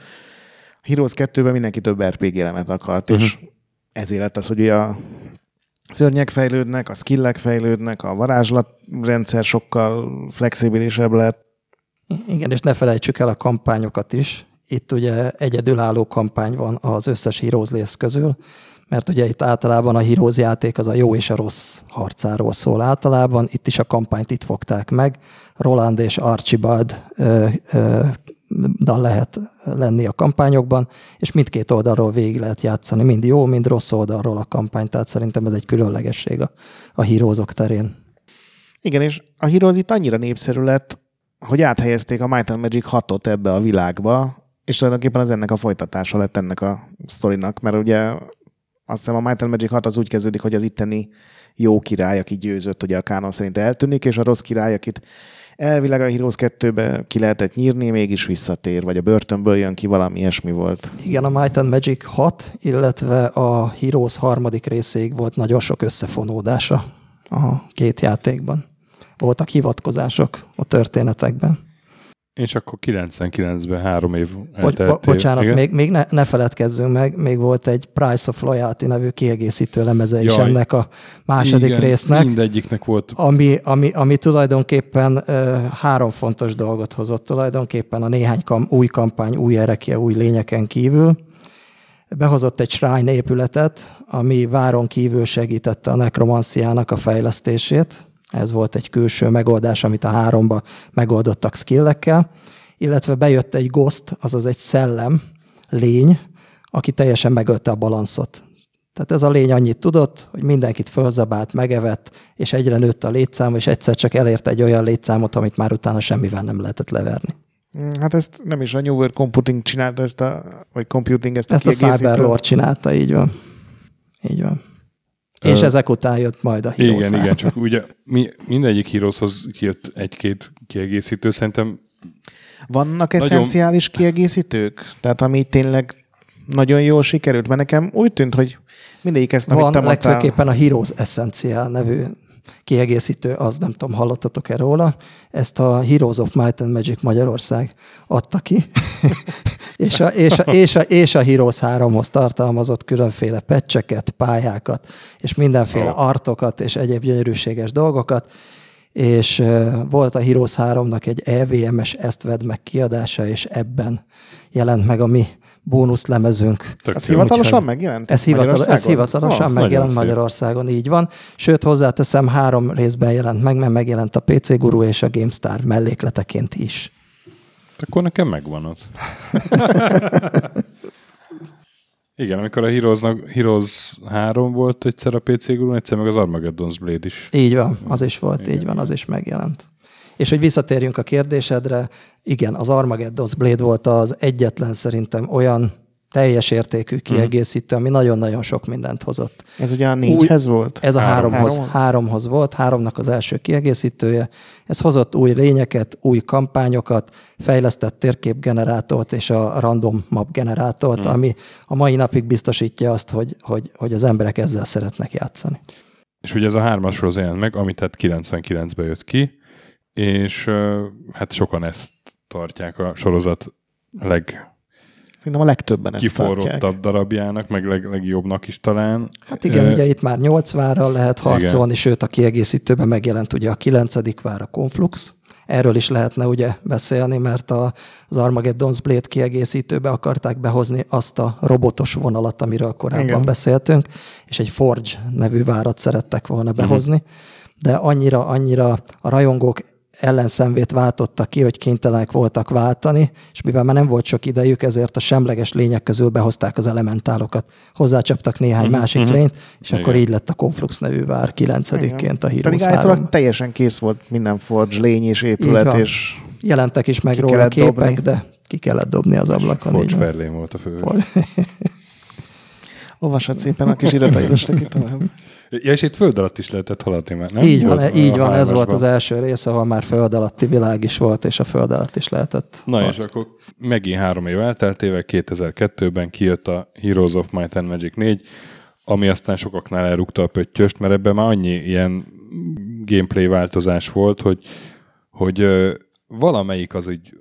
a Heroes kettőben mindenki több er pé gé elemet akart, uh-huh. és ezért lett az, hogy a szörnyek fejlődnek, a skillek fejlődnek, a varázslatrendszer sokkal flexibilisebb lett. Igen, és ne felejtsük el a kampányokat is. Itt ugye egyedülálló kampány van az összes Heroes rész közül, mert ugye itt általában a Heroes játék az a jó és a rossz harcáról szól általában. Itt is a kampányt itt fogták meg. Roland és Archibald ö, ö, dal lehet lenni a kampányokban, és mindkét oldalról végig lehet játszani, mind jó, mind rossz oldalról a kampány, tehát szerintem ez egy különlegesség a, a Heroesok terén. Igen, és a Heroes itt annyira népszerű lett, hogy áthelyezték a Might and Magic hatot ebbe a világba, és tulajdonképpen az ennek a folytatása lett ennek a sztorinak, mert ugye azt hiszem a Might and Magic hat az úgy kezdődik, hogy az itteni jó király, aki győzött, ugye a kánon szerint eltűnik, és a rossz király, akit elvileg a Heroes kettőbe ki lehetett nyírni, mégis visszatér, vagy a börtönből jön ki, valami ilyesmi volt. Igen, a Might and Magic hat, illetve a Heroes harmadik részéig volt nagyon sok összefonódása a két játékban. Voltak hivatkozások a történetekben. És akkor kilencvenkilencben három év Bo- bo- Bocsánat, még, még ne, ne feledkezzünk meg, még volt egy Price of Loyalty nevű kiegészítő lemeze is Jaj. ennek a második Igen, résznek. mindegyiknek volt. Ami, ami, ami tulajdonképpen uh, három fontos dolgot hozott tulajdonképpen a néhány kam- új kampány, új erekje, új lényeken kívül. Behozott egy shrine épületet, ami váron kívül segítette a nekromanciának a fejlesztését. Ez volt egy külső megoldás, amit a háromba megoldottak skillekkel, illetve bejött egy ghost, azaz egy szellem, lény, aki teljesen megölte a balanszot. Tehát ez a lény annyit tudott, hogy mindenkit fölzabált, megevett, és egyre nőtt a létszám, és egyszer csak elért egy olyan létszámot, amit már utána semmivel nem lehetett leverni. Hát ezt nem is a New World Computing csinálta, ezt a, vagy Computing, ezt a Ezt a Cyberlore csinálta, így van. Így van. És Ö, ezek után jött majd a Heroes. Igen, igen, csak ugye mi, mindegyik Heroeshoz kijött egy-két kiegészítő, szerintem. Vannak eszenciális nagyon... kiegészítők? Tehát ami tényleg nagyon jól sikerült? Mert nekem úgy tűnt, hogy mindegyik ezt, amit Van, te mondtál... legfőképpen a Heroes Essential nevű kiegészítő, az nem tudom, hallottatok-e róla. Ezt a Heroes of Might and Magic Magyarország adta ki. és, a, és, a, és, a, és a Heroes háromhoz tartalmazott különféle patcheket, pályákat, és mindenféle oh. artokat, és egyéb gyönyörűséges dolgokat. És uh, volt a Heroes háromnak egy E V M-es ezt vedd meg kiadása, és ebben jelent meg a mi bónuszlemezünk. Ez hivatalosan megjelent? Ez, hivatal- ez hivatalosan oh, megjelent Magyarországon, így van. Sőt, hozzáteszem, három részben jelent meg, mert megjelent a pé cé Guru és a GameStar mellékleteként is. Akkor nekem megvan az. Igen, amikor a Heroes-nak, Heroes három volt egyszer a pé cé Gurun, egyszer meg az Armageddon's Blade is. Így van, az is volt, igen, így van, az is megjelent. És hogy visszatérjünk a kérdésedre, igen, az Armageddon's Blade volt az egyetlen szerintem olyan teljes értékű kiegészítő, ami nagyon-nagyon sok mindent hozott. Ez ugye a négyhez új, volt? Ez a Három, háromhoz, három? háromhoz volt, háromnak az első kiegészítője. Ez hozott új lényeket, új kampányokat, fejlesztett térképgenerátort és a random map generátort, hmm. ami a mai napig biztosítja azt, hogy, hogy, hogy az emberek ezzel szeretnek játszani. És ugye ez a hármasról jelent meg, ami tehát kilencvenkilencben jött ki, és hát sokan ezt tartják a sorozat leg... Szerintem a legtöbben ezt tartják. Kiforrottabb darabjának, meg leg, legjobbnak is talán. Hát igen, e... ugye itt már nyolc várral lehet harcolni, igen. Sőt a kiegészítőben megjelent ugye a kilencedik vár, a Conflux. Erről is lehetne ugye beszélni, mert a, az Armageddon's Blade kiegészítőbe akarták behozni azt a robotos vonalat, amiről korábban igen. beszéltünk, és egy Forge nevű várat szerettek volna behozni, uh-huh. de annyira, annyira a rajongók ellenszenvét váltottak ki, hogy kénytelenek voltak váltani, és mivel már nem volt sok idejük, ezért a semleges lények közül behozták az elementálokat. Hozzácsaptak néhány mm-hmm. másik lényt, és igen. akkor így lett a Conflux nevű vár kilencedikként a Heroes három. Teljesen kész volt minden Forge lény és épület, és jelentek is meg róla képek, dobni. De ki kellett dobni az ablakon. Forge Fairlane volt a fő. Olvassad szépen a kis iratairos ki tovább. Ja, és itt föld alatt is lehetett haladni már, nem? Így van, volt, így van ez volt az első rész, ahol már föld alatti világ is volt, és a föld alatt is lehetett. Na harc. És akkor megint három év elteltével, kétezer-kettőben kijött a Heroes of Might and Magic négy, ami aztán sokaknál elrúgta a pöttyöst, mert ebben már annyi ilyen gameplay változás volt, hogy, hogy valamelyik az úgy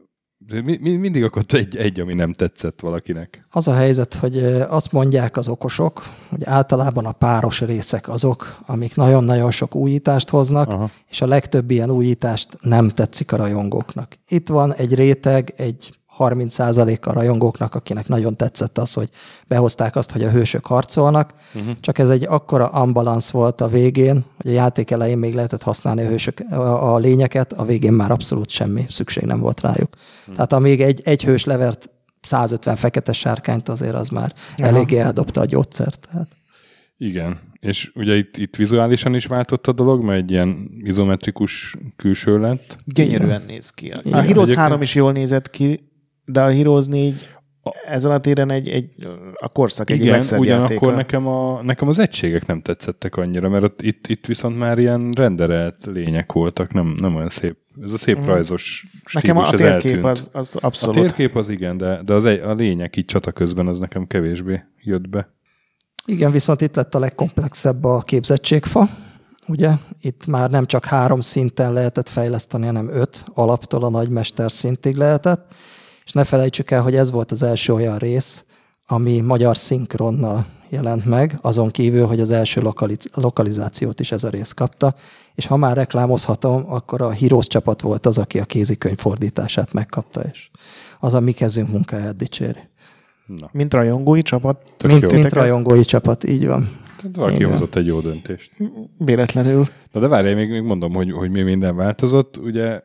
mindig akadt egy, egy, ami nem tetszett valakinek. Az a helyzet, hogy azt mondják az okosok, hogy általában a páros részek azok, amik nagyon-nagyon sok újítást hoznak, aha. és a legtöbb ilyen újítást nem tetszik a rajongóknak. Itt van egy réteg, egy harminc százalék a rajongóknak, akinek nagyon tetszett az, hogy behozták azt, hogy a hősök harcolnak, uh-huh. csak ez egy akkora unbalance volt a végén, hogy a játék elején még lehetett használni a, hősök, a, a lényeket, a végén már abszolút semmi szükség nem volt rájuk. Uh-huh. Tehát amíg egy, egy hős levert százötven fekete sárkányt, azért az már aha. eléggé eldobta a gyógyszert. Tehát. Igen, és ugye itt, itt vizuálisan is váltott a dolog, mert egy ilyen izometrikus külső lett. Gyönyörűen néz ki. A igen. Heroes három is jól nézett ki, de a Heroes négy ezen a téren egy, egy, a korszak egyik legszebb ugyanakkor játéka. nekem, a, nekem az egységek nem tetszettek annyira, mert ott, itt, itt viszont már ilyen renderelt lények voltak, nem, nem olyan szép. Ez a szép mm. rajzos stílus, nekem a, a ez térkép eltűnt. az, az abszolút. A térkép az igen, de, de az egy, a lények így csata közben az nekem kevésbé jött be. Igen, viszont itt lett a legkomplexebb a képzettségfa. Ugye, itt már nem csak három szinten lehetett fejleszteni, hanem öt, alaptól a nagymester szintig lehetett. És ne felejtsük el, hogy ez volt az első olyan rész, ami magyar szinkronnal jelent meg, azon kívül, hogy az első lokaliz- lokalizációt is ez a rész kapta. És ha már reklámozhatom, akkor a Heroes csapat volt az, aki a kézikönyv fordítását megkapta, és az a mi kezünk munkáját dicséri. Na. Mint rajongói csapat? Mint, mint rajongói csapat, így van. Tehát valaki hozott egy jó döntést. Véletlenül. Na de várjál, még, még mondom, hogy, hogy mi minden változott. Ugye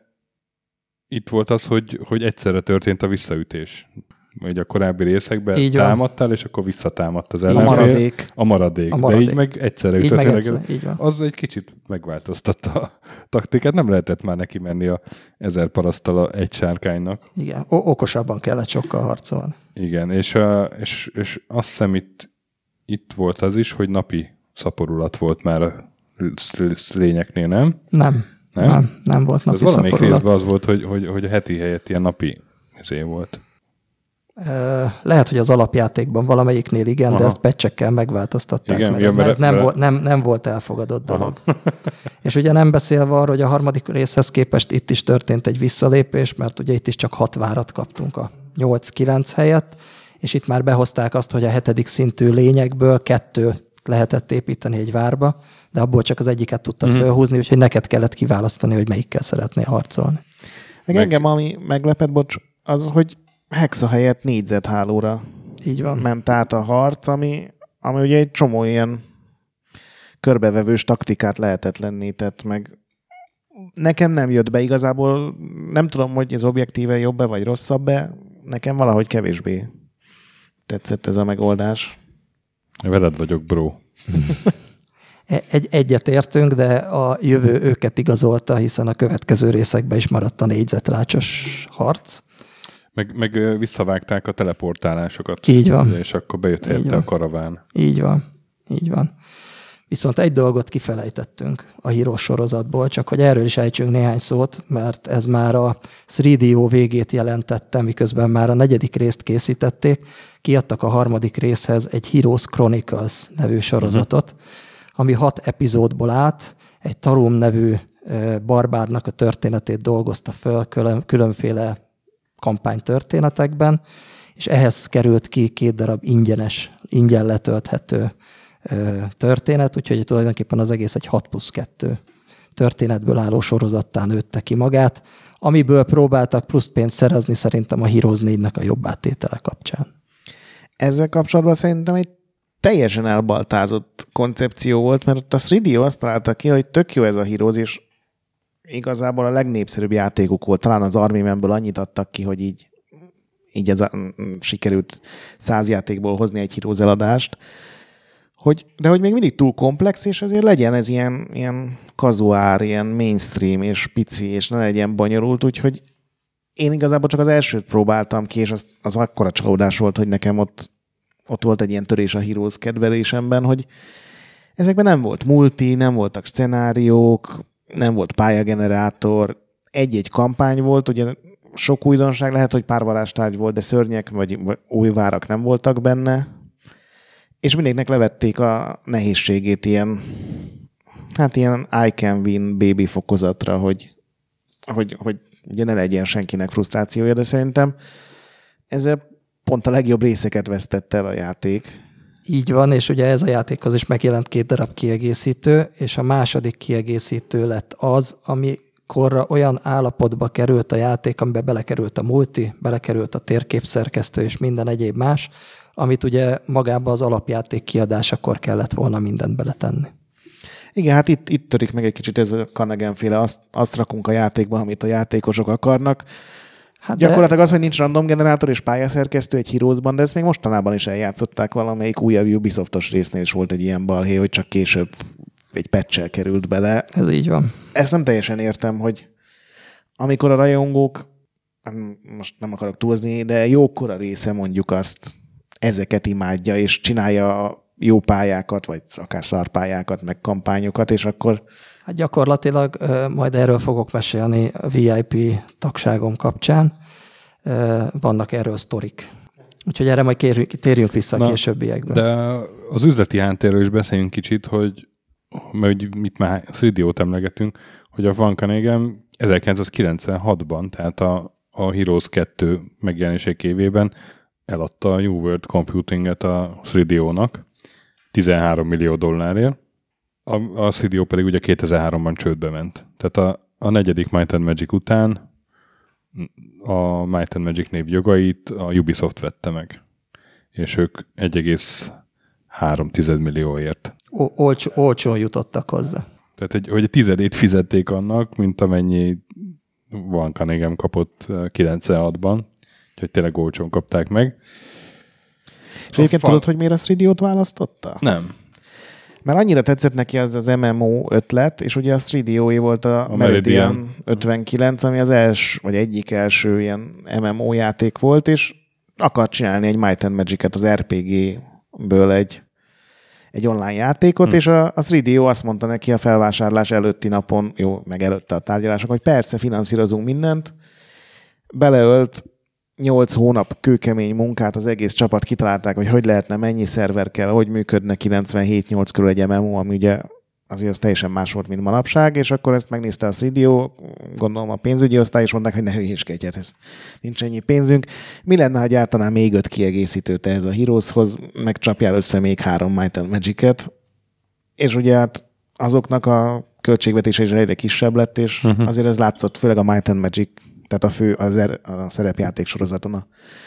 itt volt az, hogy, hogy egyszerre történt a visszaütés. Vagy a korábbi részekben így támadtál, van. És akkor visszatámadt az ellenfél. A maradék. A maradék. A maradék. De így meg egyszerre így ütött. Meg egyszer, így van. Az egy kicsit megváltoztatta a taktikát. Nem lehetett már neki menni a ezer parasztal egy sárkánynak. Igen, o- okosabban kellett sokkal harcolni. Igen, és, és, és azt hiszem itt, itt volt az is, hogy napi szaporulat volt már a lényeknél, nem? Nem. Nem, nem, nem volt napi szaporulat. Valamelyik részben az volt, hogy, hogy, hogy a heti helyett ilyen napi izé volt. Lehet, hogy az alapjátékban valamelyiknél igen, aha. de ezt patchekkel megváltoztatták, igen, mert, ez, ez nem, volt, nem, nem volt elfogadott dolog. És ugye nem beszélve arról, hogy a harmadik részhez képest itt is történt egy visszalépés, mert ugye itt is csak hat várat kaptunk a nyolc-kilenc helyett, és itt már behozták azt, hogy a hetedik szintű lényekből kettő lehetett építeni egy várba, de abból csak az egyiket tudtad mm-hmm. felhúzni, úgyhogy neked kellett kiválasztani, hogy melyikkel szeretnél harcolni. Meg engem, ami meglepett, bocs, az, hogy hexa helyett négyzethálóra Így van. ment át a harc, ami, ami ugye egy csomó ilyen körbevevős taktikát lehetetlenített, meg nekem nem jött be igazából, nem tudom, hogy ez objektíve jobb-e vagy rosszabb-e, nekem valahogy kevésbé tetszett ez a megoldás. Veled vagyok, bro. Egy, egyet értünk, de a jövő őket igazolta, hiszen a következő részekben is maradt a négyzetrácsos harc. Meg, meg visszavágták a teleportálásokat. Így van. És akkor bejött helyette a karaván. Így van. Így van. Viszont egy dolgot kifelejtettünk a hírós sorozatból, csak hogy erről is ejtsünk néhány szót, mert ez már a három dé o végét jelentette, miközben már a negyedik részt készítették. Kiadtak a harmadik részhez egy Heroes Chronicles nevű sorozatot, uh-huh. ami hat epizódból állt, egy Tarum nevű barbárnak a történetét dolgozta föl különféle kampánytörténetekben, és ehhez került ki két darab ingyenes, ingyen letölthető történet, úgyhogy tulajdonképpen az egész egy hat plusz kettő történetből álló sorozattá nőtte ki magát, amiből próbáltak plusz pénzt szerezni szerintem a Heroes négynek a jobb átétele kapcsán. Ezzel kapcsolatban szerintem egy teljesen elbaltázott koncepció volt, mert ott a három dé o azt találta ki, hogy tök jó ez a Heroes, és igazából a legnépszerűbb játékuk volt. Talán az Army Man-ből annyit adtak ki, hogy így, így ez a, sikerült száz játékból hozni egy Heroes eladást, hogy, de hogy még mindig túl komplex, és azért legyen ez ilyen, ilyen kazuár, ilyen mainstream, és pici, és ne legyen bonyolult, úgyhogy én igazából csak az elsőt próbáltam ki, és az, az akkora csalódás volt, hogy nekem ott, ott volt egy ilyen törés a Heroes kedvelésemben, hogy ezekben nem volt multi, nem voltak szenáriók, nem volt pályagenerátor, egy-egy kampány volt, ugye sok újdonság, lehet, hogy pár varázstárgy volt, de szörnyek vagy, vagy új várak nem voltak benne, és mindegynek levették a nehézségét ilyen, hát ilyen I can win baby fokozatra, hogy, hogy, hogy ugye ne legyen senkinek frusztrációja, de szerintem ezzel pont a legjobb részeket vesztette el a játék. Így van, és ugye ez a játékhoz is megjelent két darab kiegészítő, és a második kiegészítő lett az, amikorra olyan állapotba került a játék, amiben belekerült a multi, belekerült a térképszerkesztő és minden egyéb más, amit ugye magába az alapjáték kiadásakor kellett volna mindent beletenni. Igen, hát itt, itt törik meg egy kicsit ez a Kanagan-féle, azt, azt rakunk a játékba, amit a játékosok akarnak. Hát gyakorlatilag de... az, hogy nincs random generátor és pályaszerkesztő egy Heroesban, de ezt még mostanában is eljátszották, valamelyik újabb Ubisoftos résznél is volt egy ilyen balhé, hogy csak később egy patch-el került bele. Ez így van. Ezt nem teljesen értem, hogy amikor a rajongók, most nem akarok túlzni, de jókora része mondjuk azt, ezeket imádja, és csinálja jó pályákat, vagy akár szarpályákat, meg kampányokat, és akkor... Hát gyakorlatilag majd erről fogok mesélni a vé i pé tagságom kapcsán. Vannak erről sztorik. Úgyhogy erre majd kérjünk, térjünk vissza Na, a későbbiekben. De az üzleti háttérről is beszéljünk kicsit, hogy mert mit már három dé o-t emlegetünk, hogy a Van Kanagan ezerkilencszázkilencvenhatban, tehát a, a Heroes kettő megjelenésék évében eladta a New World Computinget a három dé o-nak tizenhárom millió dollárért. A, a három dé o pedig ugye kétezer-háromban csődbe ment. Tehát a, a negyedik Might and Magic után a Might and Magic név jogait a Ubisoft vette meg. És ők egy egész három millióért. Olcsó, olcsón jutottak hozzá. Tehát, egy, hogy egy tizedét fizették annak, mint amennyi Van Kanagan kapott kilencvenhatban. Úgyhogy tényleg olcsón kapták meg. És egyébként tudod, hogy miért a három dé o-t választotta? Nem. Mert annyira tetszett neki az az em em o ötlet, és ugye a három dé o-é volt a, a Meridian, Meridian ötvenkilenc, ami az első, vagy egyik első ilyen em em o játék volt, és akart csinálni egy Might and Magic-et az er pé gé-ből egy, egy online játékot, hm. és a, a három dé o azt mondta neki a felvásárlás előtti napon, jó, meg előtte a tárgyalások, hogy persze, finanszírozunk mindent, beleölt nyolc hónap kőkemény munkát, az egész csapat kitalálták, hogy hogy lehetne, mennyi szerver kell, hogy működne kilencvenhét nyolc körül egy em em o, ami ugye azért az teljesen más volt, mint manapság, és akkor ezt megnézte a három dé o, gondolom a pénzügyi osztály, és mondták, hogy ne hülyéskedj, ez nincs ennyi pénzünk. Mi lenne, ha gyártanál még öt kiegészítőt ehhez a Heroeshoz, meg csapjál össze még három Might and Magic-et, és ugye hát azoknak a költségvetése is egyre kisebb lett, és uh-huh. azért ez látszott, főleg a Might and Magic, tehát a fő, az er, a szerepjáték sorozaton a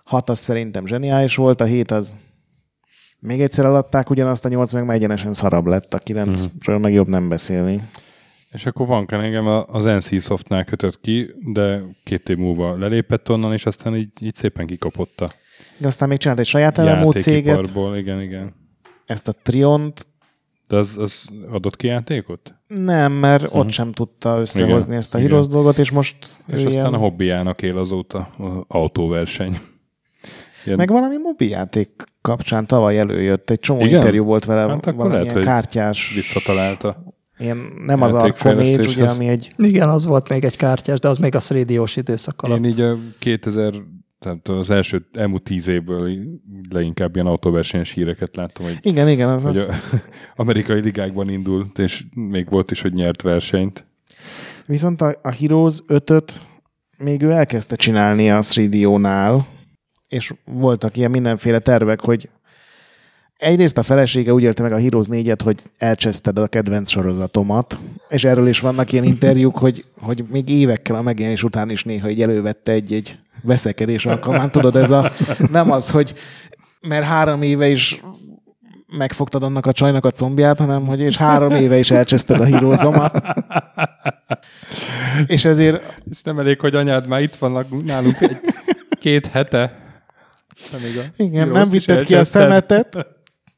hat az szerintem zseniális volt, a hét az még egyszer eladták ugyanazt, a nyolc meg már egyenesen szarabb lett, a kilencről meg jobb nem beszélni. És akkor van engem az en cé Softnál kötött ki, de két év múlva lelépett onnan, és aztán így, így szépen kikapotta. De aztán még csinált egy saját elemú céget. Igen, igen. Ezt a Triont. De az, az adott ki játékot? Nem, mert uh-huh. ott sem tudta összehozni igen, ezt a Heroes dolgot, és most... És aztán ilyen... a hobbiának él azóta az autóverseny. Ilyen... Meg valami mobiljáték kapcsán tavaly előjött. Egy csomó igen? interjú volt vele, hát valamilyen lehet, kártyás... visszatalálta. Ilyen, nem az Arcomage, ugye, ami egy... Igen, az volt még egy kártyás, de az még a három dé-os időszak alatt. Én így a kétezer, tehát az első elmúlt tíz évből leginkább ilyen autóversenyes híreket láttam, hogy, igen, igen, az hogy az... amerikai ligákban indult, és még volt is, hogy nyert versenyt. Viszont a, a Heroes ötöt még ő elkezdte csinálni a három dé-nál, és voltak ilyen mindenféle tervek, hogy egyrészt a felesége úgy élte meg a Heroes négyet, hogy elcseszted a kedvenc sorozatomat, és erről is vannak ilyen interjúk, hogy, hogy még évekkel a megjelenés után is néha így elővette egy-egy veszekedés alkalmán. Tudod, ez a, nem az, hogy mert három éve is megfogtad annak a csajnak a combját, hanem hogy és három éve is elcseszted a Heroesomat. És ezért... És nem elég, hogy anyád már itt vannak nálunk egy két hete. Nem igen, nem vitted ki a szemetet.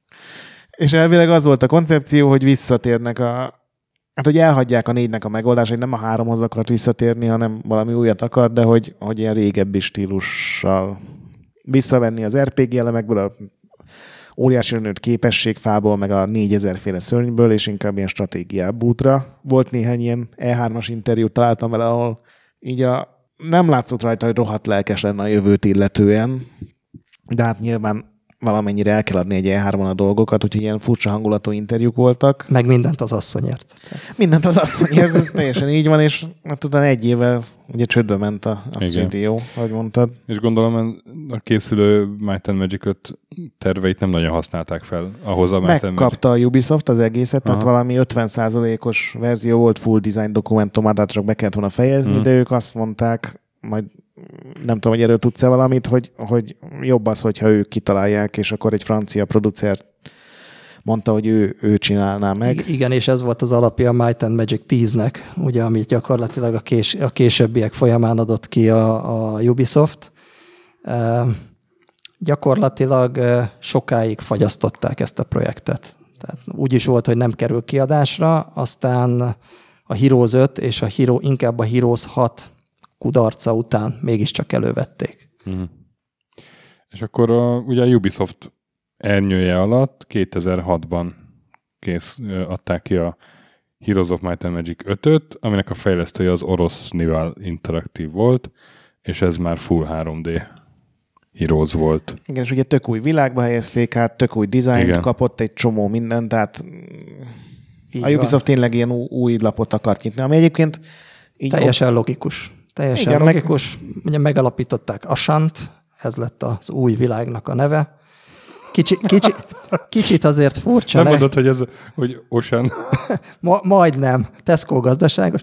És elvileg az volt a koncepció, hogy visszatérnek a... Hát, hogy elhagyják a négynek a megoldás, hogy nem a háromhoz akart visszatérni, hanem valami újat akart, de hogy, hogy ilyen régebbi stílussal visszavenni az er pé gé elemekből, a óriási nőtt képességfából, meg a négyezer féle szörnyből, és inkább ilyen stratégiább útra. Volt néhány ilyen E hármas interjút találtam vele, ahol így a, nem látszott rajta, hogy rohadt lelkes lenne a jövőt illetően, de hát nyilván valamennyire el kell adni egy E hármon a dolgokat, úgyhogy ilyen furcsa hangulatú interjúk voltak. Meg mindent az asszonyért. Mindent az asszonyért, ez teljesen így van, és hát utána egy évvel ugye csődbe ment a, a stúdió, ahogy mondtad. És gondolom a készülő Might and Magic öt terveit nem nagyon használták fel ahhoz a Might and Magic. Megkapta a Ubisoft az egészet, aha, tehát valami ötven százalékos verzió volt, full design dokumentumát, csak be kellett volna fejezni, hmm. de ők azt mondták, majd nem tudom, hogy erről tudsz-e valamit, hogy, hogy jobb az, hogyha ők kitalálják, és akkor egy francia producer mondta, hogy ő, ő csinálná meg. Igen, és ez volt az alapja a Might and Magic tíznek, ugye, amit gyakorlatilag a, kés, a későbbiek folyamán adott ki a, a Ubisoft. E, gyakorlatilag sokáig fagyasztották ezt a projektet. Tehát úgy is volt, hogy nem kerül kiadásra, aztán a Heroes öt és a Hero, inkább a Heroes hat kudarca után mégiscsak elővették. Uh-huh. És akkor a, ugye a Ubisoft ernyője alatt kétezer-hatban kész, adták ki a Heroes of Might and Magic ötöt, aminek a fejlesztője az Orosz Nival Interactive volt, és ez már full három dé Heroes volt. Igen, és ugye tök új világba helyezték át, tök új dizájnt igen. kapott, egy csomó mindent, tehát így a Ubisoft van. Tényleg ilyen új lapot akart nyitni, ami egyébként így teljesen ok... logikus. Teljesen igen, logikus. Meg... Ugye megalapították Asant, ez lett az új világnak a neve. Kicsi, kicsi, kicsit azért furcsa. Nem ne? mondod, hogy ez hogy Ocean. Ma, majdnem. Tesco gazdaságos.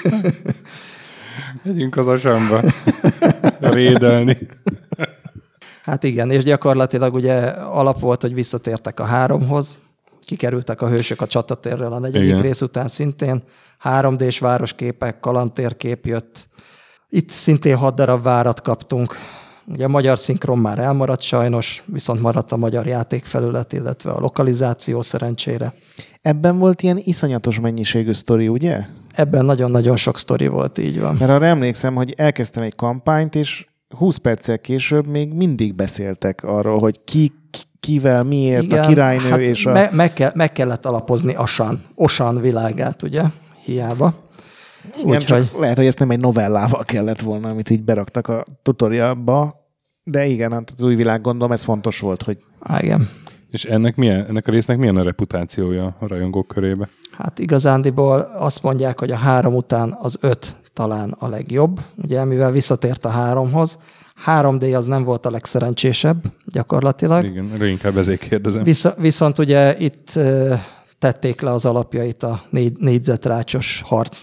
Megyünk az Oceanba védelni. Hát igen, és gyakorlatilag ugye alap volt, hogy visszatértek a háromhoz. Kikerültek a hősök a csatatérről a negyedik igen. rész után szintén. három dés városképek, kalandtérkép jött. Itt szintén hat darab várat kaptunk. Ugye a magyar szinkron már elmaradt sajnos, viszont maradt a magyar játékfelület, illetve a lokalizáció szerencsére. Ebben volt ilyen iszonyatos mennyiségű sztori, ugye? Ebben nagyon-nagyon sok sztori volt, így van. Mert arra emlékszem, hogy elkezdtem egy kampányt, és húsz perccel később még mindig beszéltek arról, hogy ki, kivel, miért, igen, a királynő hát és a... Me- meg, kell, meg kellett alapozni Asan, Osan világát, ugye? Hiába. Igen, úgy, csak hogy... lehet, hogy ezt nem egy novellával kellett volna, amit így beraktak a tutorialba, de igen, hát az új világ, gondolom, ez fontos volt, hogy... Há, igen. És ennek, milyen, ennek a résznek milyen a reputációja a rajongók körébe? Hát igazándiból azt mondják, hogy a három után az öt talán a legjobb, ugye, mivel visszatért a háromhoz. három dé az nem volt a legszerencsésebb gyakorlatilag. Igen, inkább ezért kérdezem. Visz, viszont ugye itt tették le az alapjait a négy, négyzetrácsos harcnak,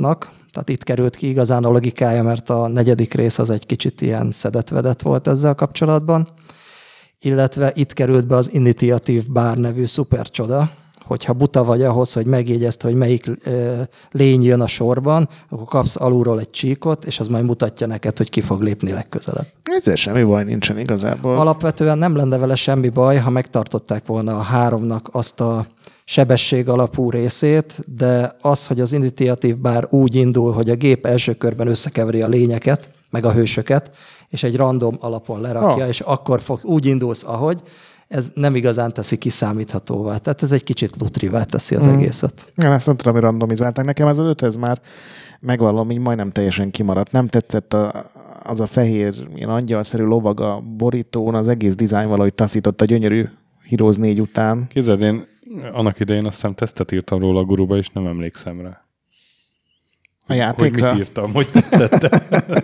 Tehát itt került ki igazán a logikája, mert a negyedik rész az egy kicsit ilyen szedetvedett volt ezzel kapcsolatban. Illetve itt került be az Initiative Bar nevű szupercsoda, hogyha buta vagy ahhoz, hogy megjegyezd, hogy melyik lény jön a sorban, akkor kapsz alulról egy csíkot, és az majd mutatja neked, hogy ki fog lépni legközelebb. Ezzel semmi baj nincsen igazából. Alapvetően nem lenne vele semmi baj, ha megtartották volna a háromnak azt a sebesség alapú részét, de az, hogy az Initiative Bar úgy indul, hogy a gép első körben összekeveri a lényeket, meg a hősöket, és egy random alapon lerakja, oh. és akkor fog, úgy indulsz, ahogy, ez nem igazán teszi kiszámíthatóvá. Tehát ez egy kicsit lutrivá teszi az mm. egészet. Én ezt nem tudom, hogy randomizálták. Nekem ez az öt, ez már megvallom, így majdnem teljesen kimaradt. Nem tetszett a, az a fehér, ilyen angyalszerű lovag a borítón, az egész dizájn valahogy taszított a gyönyörű Heroes négy után. Képzeld, én annak idején azt hiszem tesztet írtam róla a guruba, és nem emlékszem rá. A játékra? Hogy mit írtam, hogy tetszett.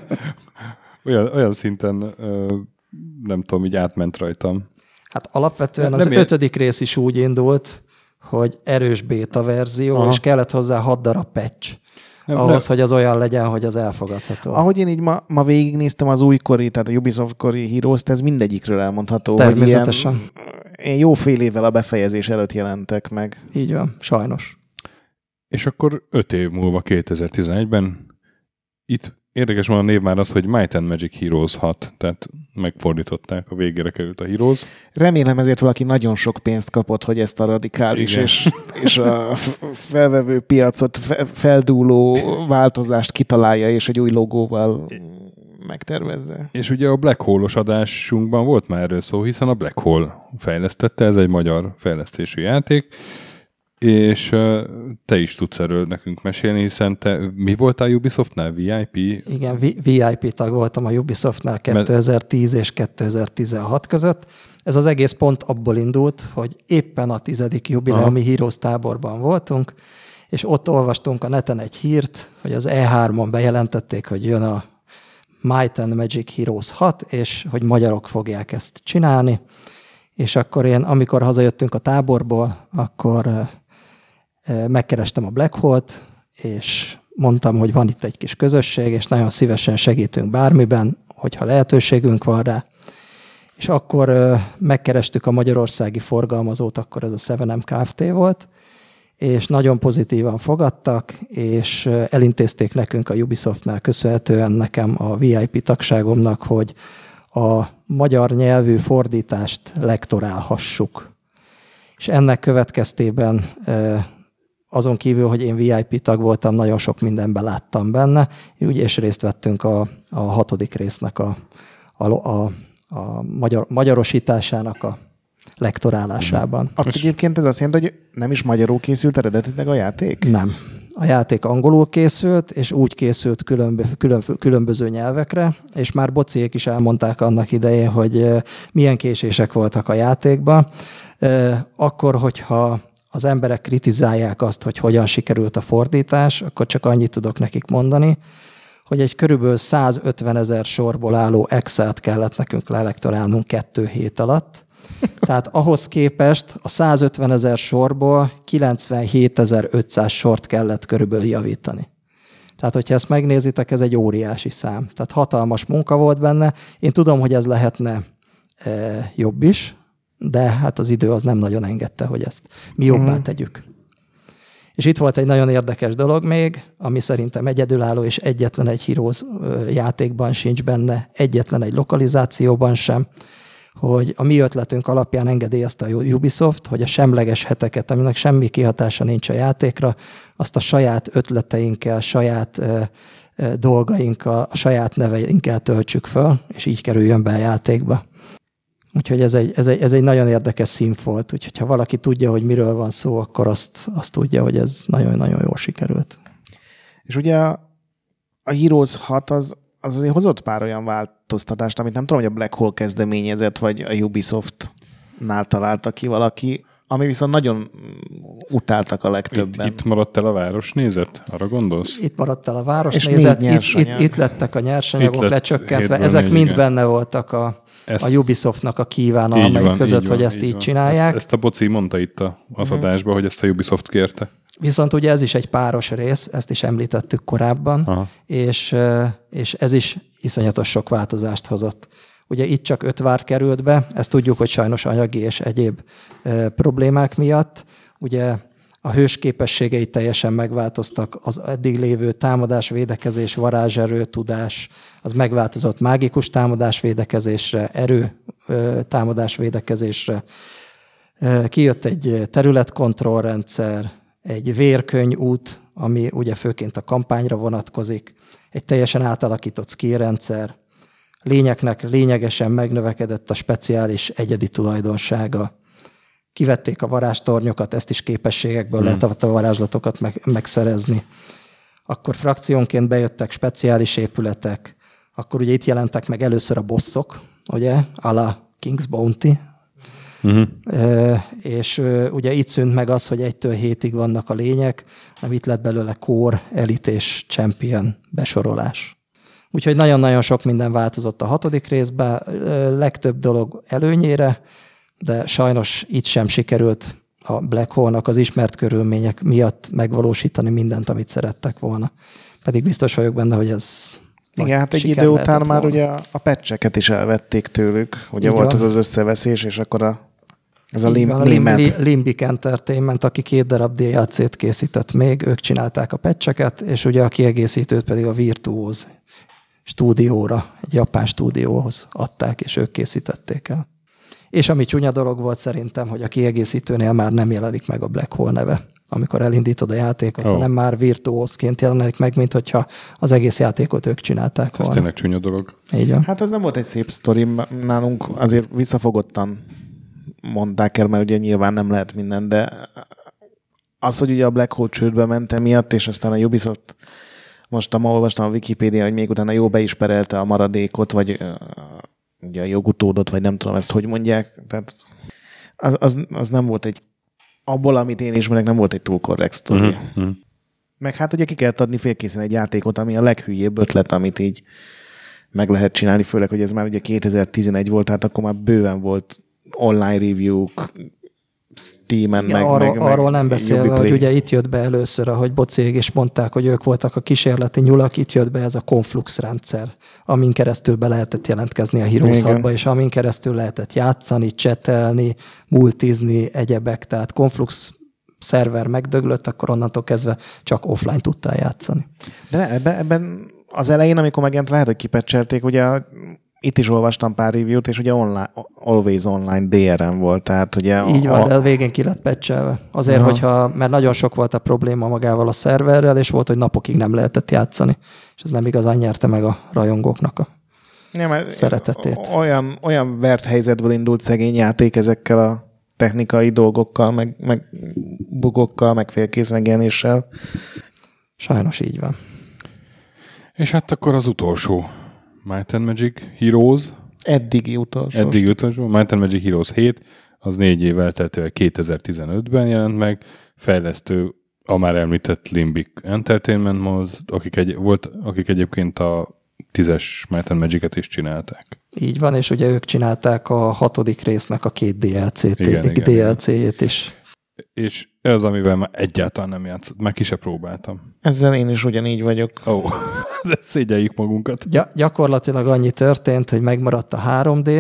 olyan, olyan szinten nem tudom, így átment rajtam. Hát alapvetően nem az nem ötödik rész is úgy indult, hogy erős béta verzió, aha. és kellett hozzá hat darab patch. Nem, ahhoz, nem. hogy az olyan legyen, hogy az elfogadható. Ahogy én így ma, ma végignéztem az újkori, tehát a Ubisoft-kori Heroes-t, ez mindegyikről elmondható. Természetesen. Hogy ilyen, jó fél évvel a befejezés előtt jelentek meg. Így van, sajnos. És akkor öt év múlva, kétezer-tizenegyben itt érdekes van a név már az, hogy Might and Magic Heroes hat, tehát megfordították, a végére került a Heroes. Remélem ezért valaki nagyon sok pénzt kapott, hogy ezt a radikális és, és a felvevő piacot feldúló változást kitalálja, és egy új logóval megtervezze. És ugye a Black Hole-os adásunkban volt már erről szó, hiszen a Black Hole fejlesztette, ez egy magyar fejlesztésű játék, és te is tudsz erről nekünk mesélni, hiszen te mi voltál Ubisoftnál? vé i pé? Igen, vé i pé tag voltam a Ubisoftnál kétezer-tíz és kétezer-tizenhat között. Ez az egész pont abból indult, hogy éppen a tizedik jubileumi Heroes táborban voltunk, és ott olvastunk a neten egy hírt, hogy az E hármon bejelentették, hogy jön a Might and Magic Heroes hat, és hogy magyarok fogják ezt csinálni. És akkor én, amikor hazajöttünk a táborból, akkor megkerestem a Black Hole-t, és mondtam, hogy van itt egy kis közösség, és nagyon szívesen segítünk bármiben, hogyha lehetőségünk van rá. És akkor megkerestük a magyarországi forgalmazót, akkor ez a seven em Kft. Volt, és nagyon pozitívan fogadtak, és elintézték nekünk a Ubisoftnál köszönhetően nekem a vé i pé tagságomnak, hogy a magyar nyelvű fordítást lektorálhassuk. És ennek következtében azon kívül, hogy én vé i pé tag voltam, nagyon sok mindenben láttam benne, úgy és részt vettünk a, a hatodik résznek a, a, a, a magyar, magyarosításának a lektorálásában. Akkor egyébként ez azt jelenti, hogy nem is magyarul készült eredetileg a játék? Nem. A játék angolul készült, és úgy készült különbö, külön, különböző nyelvekre, és már bociék is elmondták annak idején, hogy milyen késések voltak a játékban. Akkor, hogyha az emberek kritizálják azt, hogy hogyan sikerült a fordítás, akkor csak annyit tudok nekik mondani, hogy egy körülbelül százötvenezer sorból álló Excel-t kellett nekünk lelektorálnunk kettő hét alatt. Tehát ahhoz képest a százötvenezer sorból kilencvenhétezer-ötszáz sort kellett körülbelül javítani. Tehát, hogyha ezt megnézitek, ez egy óriási szám. Tehát hatalmas munka volt benne. Én tudom, hogy ez lehetne e, jobb is, de hát az idő az nem nagyon engedte, hogy ezt mi jobbá tegyük. És itt volt egy nagyon érdekes dolog még, ami szerintem egyedülálló, és egyetlen egy Heroes játékban sincs benne, egyetlen egy lokalizációban sem, hogy a mi ötletünk alapján engedélyezte a Ubisoft, hogy a semleges heteket, aminek semmi kihatása nincs a játékra, azt a saját ötleteinkkel, saját e, e, dolgainkkal, a saját neveinkkel töltsük föl, és így kerüljön be a játékba. Úgyhogy ez egy, ez egy, ez egy nagyon érdekes színfolt, úgyhogy ha valaki tudja, hogy miről van szó, akkor azt, azt tudja, hogy ez nagyon-nagyon jól sikerült. És ugye a, a Heroes hat az, az azért hozott pár olyan változtatást, amit nem tudom, hogy a Black Hole kezdeményezett, vagy a Ubisoftnál találta ki valaki, ami viszont nagyon utáltak a legtöbben. Itt, itt maradt el a városnézet? Arra gondolsz? Itt maradt el a városnézet, itt, itt, itt lettek a nyersanyagok lett lecsökkentve, ezek mind igen. benne voltak a, a Ubisoftnak a kívánalmai között, van, hogy van, ezt így van. csinálják. Ezt, ezt a boci mondta itt az adásban, hogy ezt a Ubisoft kérte. Viszont ugye ez is egy páros rész, ezt is említettük korábban, és, és ez is iszonyatos sok változást hozott. Ugye itt csak öt vár került be, ezt tudjuk, hogy sajnos anyagi és egyéb e, problémák miatt. Ugye a hős képességei teljesen megváltoztak, az eddig lévő támadás, védekezés, varázserő, tudás, az megváltozott mágikus támadás, védekezésre, erő e, támadás, védekezésre. E, kijött egy területkontrollrendszer, egy vérkönyvút, ami ugye főként a kampányra vonatkozik, egy teljesen átalakított skillrendszer, lényeknek lényegesen megnövekedett a speciális egyedi tulajdonsága. Kivették a varázstornyokat, ezt is képességekből hmm. lehet a varázslatokat meg, megszerezni. Akkor frakciónként bejöttek speciális épületek, akkor ugye itt jelentek meg először a bosszok, ugye, a la King's Bounty, uh-huh. e, és ugye itt szűnt meg az, hogy egytől hétig vannak a lények, hanem itt lett belőle Core, Elite és Champion besorolás. Úgyhogy nagyon-nagyon sok minden változott a hatodik részben, legtöbb dolog előnyére, de sajnos itt sem sikerült a Black Hole-nak az ismert körülmények miatt megvalósítani mindent, amit szerettek volna. Pedig biztos vagyok benne, hogy ez igen, hát egy idő után már volna. Ugye a patcheket is elvették tőlük. Ugye így volt van. Az az összeveszés, és akkor a, ez a Limbic Limbic Entertainment, aki két darab dé el cét készített még, ők csinálták a patcheket, és ugye a kiegészítőt pedig a Virtuos stúdióra, egy japán stúdióhoz adták, és ők készítették el. És ami csúnya dolog volt szerintem, hogy a kiegészítőnél már nem jelenik meg a Black Hole neve. Amikor elindítod a játékot, oh. hanem már virtuózként jelenik meg, mint hogyha az egész játékot ők csinálták volna. Ez tényleg csúnya dolog. Így van. Hát ez nem volt egy szép sztori, nálunk azért visszafogottan mondták el, mert ugye nyilván nem lehet minden, de az, hogy ugye a Black Hole csődbe ment emiatt, és aztán a Ubisoft, most ma olvastam a Wikipédia, hogy még utána jó beisperelte a maradékot, vagy uh, ugye a jogutódot, vagy nem tudom ezt, hogy mondják. Tehát az, az, az nem volt egy, abból, amit én ismerek, nem volt egy túl korrekt sztori. Uh-huh. Meg hát ugye ki kellett adni félkészen egy játékot, ami a leghülyébb ötlet, amit így meg lehet csinálni, főleg, hogy ez már ugye kétezer-tizenegy volt, tehát akkor már bőven volt online review-k, Steam-en, ja, meg, arról, meg, arról meg nem beszélve, hogy ugye itt jött be először, ahogy Bocék is mondták, hogy ők voltak a kísérleti nyulak, itt jött be ez a Conflux rendszer, amin keresztül be lehetett jelentkezni a Heroes hatba, és amin keresztül lehetett játszani, csetelni, multizni, egyebek, tehát Conflux szerver megdöglött, akkor onnantól kezdve csak offline tudtál játszani. De ebben, ebben az elején, amikor megjelent, lehet, hogy kipecselték, ugye itt is olvastam pár review-t, és ugye online, Always Online dé er em volt, tehát ugye... Így van, a... de a végén ki lett patchelve. Azért, aha. hogyha, mert nagyon sok volt a probléma magával a szerverrel, és volt, hogy napokig nem lehetett játszani, és ez nem igazán nyerte meg a rajongóknak a ja, szeretetét. Olyan, olyan vert helyzetből indult szegény játék ezekkel a technikai dolgokkal, meg, meg bugokkal, meg félkész megjelenéssel. Sajnos így van. És hát akkor az utolsó Might and Magic Heroes. Eddigi utolsó. Eddigi utolsó. Might and Magic Heroes hét, az négy év elteltével kétezer-tizenötben jelent meg. Fejlesztő a már említett Limbic Entertainment volt, akik, egy, volt, akik egyébként a tízes Might and Magic-et is csinálták. Így van, és ugye ők csinálták a hatodik résznek a két dé el cét, igen, igen, dé el cé-jét is. És ez, amivel már egyáltalán nem játszott, már ki se próbáltam. Ezzel én is ugyanígy vagyok. Ó, oh, de szégyeljük magunkat. Gy- gyakorlatilag annyi történt, hogy megmaradt a három dé,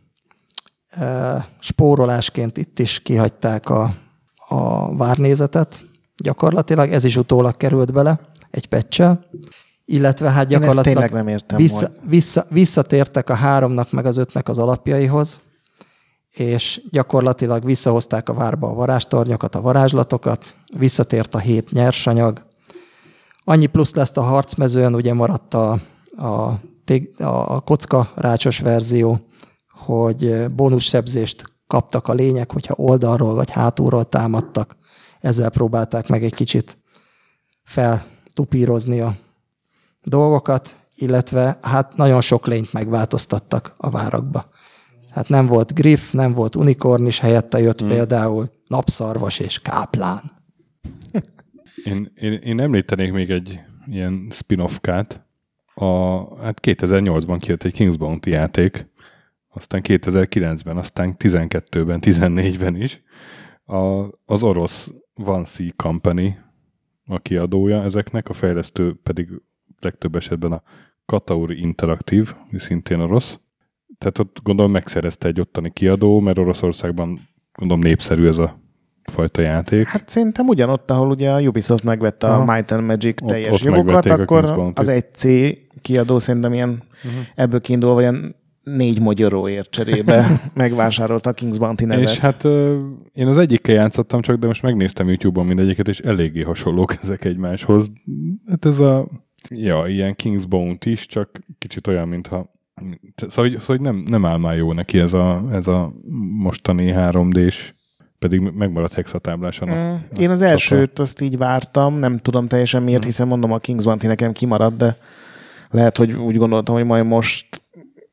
spórolásként itt is kihagyták a, a várnézetet, gyakorlatilag ez is utólag került bele egy patch-el, illetve hát gyakorlatilag nem értem, vissza, hogy... vissza, visszatértek a háromnak meg az ötnek az alapjaihoz, és gyakorlatilag visszahozták a várba a varázstornyokat, a varázslatokat, visszatért a hét nyersanyag. Annyi plusz lesz a harcmezőn, ugye maradt a, a, a kocka rácsos verzió, hogy bónusszebzést kaptak a lények, hogyha oldalról vagy hátulról támadtak. Ezzel próbálták meg egy kicsit feltupírozni a dolgokat, illetve hát nagyon sok lényt megváltoztattak a várakba. Hát nem volt griff, nem volt unikorn is, helyette jött hmm. például napszarvas és káplán. Én, én, én említenék még egy ilyen spin-off-kát. A, hát kétezer-nyolcban kijött egy King's Bounty játék, aztán kétezer-kilencben, aztán tizenkettőben, tizennégyben is. A, az orosz One C Company a kiadója ezeknek, a fejlesztő pedig legtöbb esetben a Katauri Interactive, szintén orosz. Tehát ott gondolom megszerezte egy ottani kiadó, mert Oroszországban gondolom népszerű ez a fajta játék. Hát szerintem ugyanott, ahol ugye a Ubisoft megvette Aha. a Might and Magic teljes ott, ott jogokat, akkor az egy C kiadó szerintem ilyen uh-huh. ebből kiindulva olyan négy magyaróért cserébe megvásárolta a King's Bounty nevet. És hát én az egyikkel játszottam csak, de most megnéztem YouTube-on mindegyiket, és eléggé hasonlók ezek egymáshoz. Hát ez a, ja, ilyen King's Bounty is, csak kicsit olyan, mintha szóval, szóval nem, nem áll már jó neki ez a, ez a mostani három dés, pedig megmaradt hexatáblásan. Mm, én az elsőt azt így vártam, nem tudom teljesen miért, mm. hiszen mondom, a King's Bounty nekem kimaradt, de lehet, hogy úgy gondoltam, hogy majd most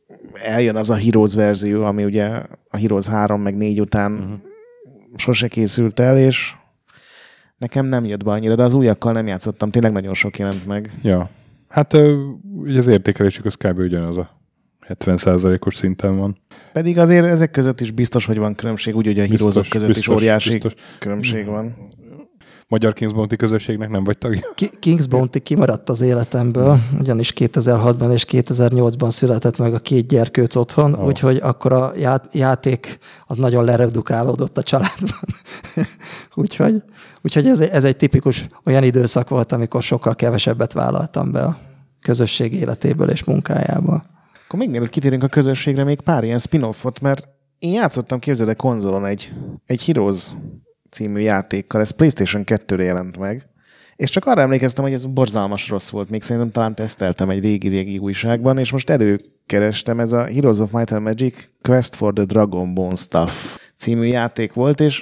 eljön az a Heroes verzió, ami ugye a Heroes három meg négy után mm. sose készült el, és nekem nem jött be annyira, de az újakkal nem játszottam, tényleg nagyon sok jelent meg. Ja, hát ugye az értékelésük az kb. Ugyanaz a hetven százalékos szinten van. Pedig azért ezek között is biztos, hogy van különbség, úgy, hogy a Heroesok között biztos, is óriási biztos. különbség van. Magyar King's Bounty közösségnek nem vagy tagja? King's Bounty kimaradt az életemből, ugyanis kétezer-hatban és kétezer-nyolcban született meg a két gyerkőc otthon, oh. úgyhogy akkor a já- játék az nagyon leredukálódott a családban. úgyhogy úgyhogy ez, ez egy tipikus olyan időszak volt, amikor sokkal kevesebbet vállaltam be a közösség életéből és munkájából. Akkor még mielőtt kitérünk a közösségre, még pár ilyen spin-offot, mert én játszottam, képzeld, konzolon egy, egy Heroes című játékkal, ez PlayStation kettőre jelent meg, és csak arra emlékeztem, hogy ez borzalmas rossz volt, még szerintem talán teszteltem egy régi-régi újságban, és most előkerestem, ez a Heroes of Might and Magic Quest for the Dragon Bone Stuff című játék volt, és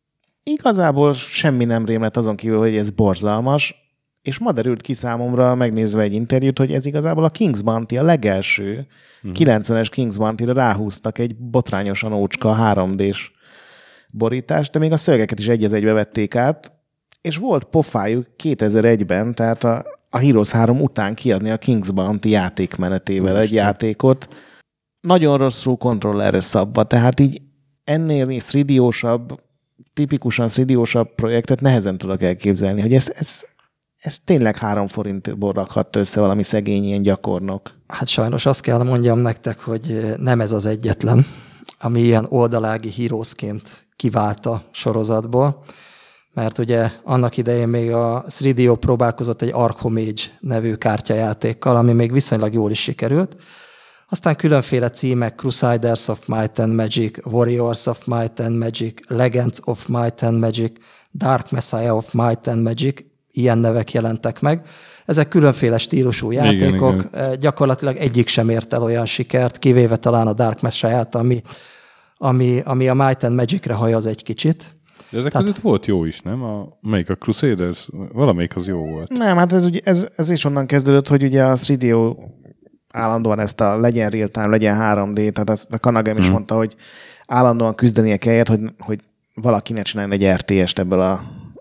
igazából semmi nem rém lett azon kívül, hogy ez borzalmas, és ma derült ki számomra, megnézve egy interjút, hogy ez igazából a King's Bounty, a legelső uh-huh. kilencvenes King's Bounty-ra ráhúztak egy botrányosan ócska három dés borítást, de még a szövegeket is egy az egybe vették át, és volt pofájuk kétezer-egyben, tehát a, a Heroes három után kiadni a King's Bounty játékmenetével Most egy játékot. Nagyon rosszul kontrollerre szabva, tehát így ennél három dé-ósabb, tipikusan három dé-ósabb projektet nehezen tudok elképzelni, hogy ez, ez Ez tényleg három forintból rakhatta össze valami szegény ilyen gyakornok. Hát sajnos azt kell mondjam nektek, hogy nem ez az egyetlen, ami ilyen oldalági Heroesként kivált a sorozatból, mert ugye annak idején még a három dé-o próbálkozott egy Archomage nevű kártyajátékkal, ami még viszonylag jól is sikerült. Aztán különféle címek, Crusaders of Might and Magic, Warriors of Might and Magic, Legends of Might and Magic, Dark Messiah of Might and Magic, ilyen nevek jelentek meg. Ezek különféle stílusú játékok, igen, igen. Gyakorlatilag egyik sem ért el olyan sikert, kivéve talán a Dark Messiah-t, ami, ami, ami a Might and Magic-re hajaz egy kicsit. De ezek Tehát... között volt jó is, nem? A, melyik a Crusaders? Valamelyik az jó volt. Nem, hát ez, ez, ez is onnan kezdődött, hogy ugye a három dé-o állandóan ezt a legyen real time, legyen három dé, tehát azt a Kanagem hmm. is mondta, hogy állandóan küzdenie kellett, hogy, hogy valaki ne csináljon egy er té est ebből a,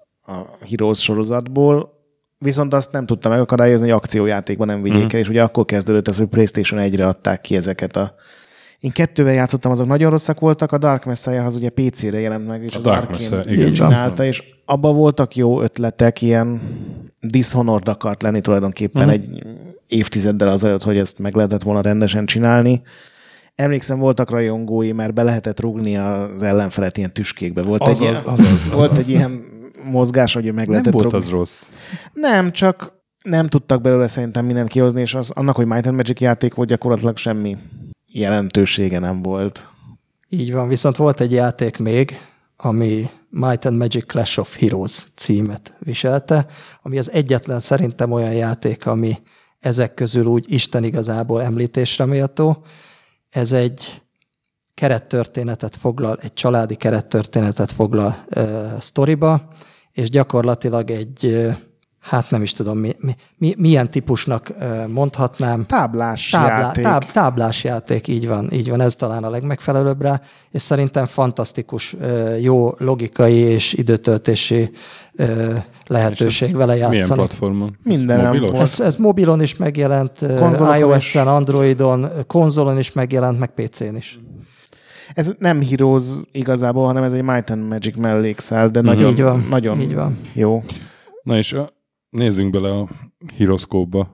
a Heroes sorozatból, viszont azt nem tudta megakadályozni, hogy akciójátékban nem vigyék hmm. el, és ugye akkor kezdődött ez, hogy PlayStation egyre adták ki ezeket a... Én kettővel játszottam, azok nagyon rosszak voltak, a Dark Messiah az ugye pé cére jelent meg, és a az Arkane csinálta, és abban voltak jó ötletek, ilyen Dishonored akart lenni tulajdonképpen hmm. egy évtizeddel azelőtt, hogy ezt meg lehetett volna rendesen csinálni. Emlékszem, voltak rajongói, mert be lehetett rúgni az ellenfelet ilyen tüskékbe. Volt, az egy, az, ilyen, az, az, az, volt az. egy ilyen mozgás, hogy meg lehetett rúgni. Nem volt rúgni. az rossz. Nem, csak nem tudtak belőle szerintem mindent kihozni, és az, annak, hogy Might and Magic játék volt, gyakorlatilag semmi jelentősége nem volt. Így van, viszont volt egy játék még, ami Might and Magic Clash of Heroes címet viselte, ami az egyetlen szerintem olyan játék, ami ezek közül úgy Isten igazából említésre méltó. Ez egy kerettörténetet foglal, egy családi kerettörténetet foglal uh, sztoriba, és gyakorlatilag egy, uh, hát nem is tudom, mi, mi, milyen típusnak uh, mondhatnám. Táblás Táblá, játék. Táb, táblás játék, így van, így van, ez talán a legmegfelelőbb rá, és szerintem fantasztikus, uh, jó logikai és időtöltési uh, lehetőség vele játszani. Milyen platformon? Mindenem volt. Ez, ez mobilon is megjelent, konzolon iOS-en, Androidon, konzolon is megjelent, meg pé cén is. Ez nem Heroes igazából, hanem ez egy Might and Magic mellékszál, de nagyon, így van, nagyon így van. jó. Na és a, nézzünk bele a Heroescope-ba,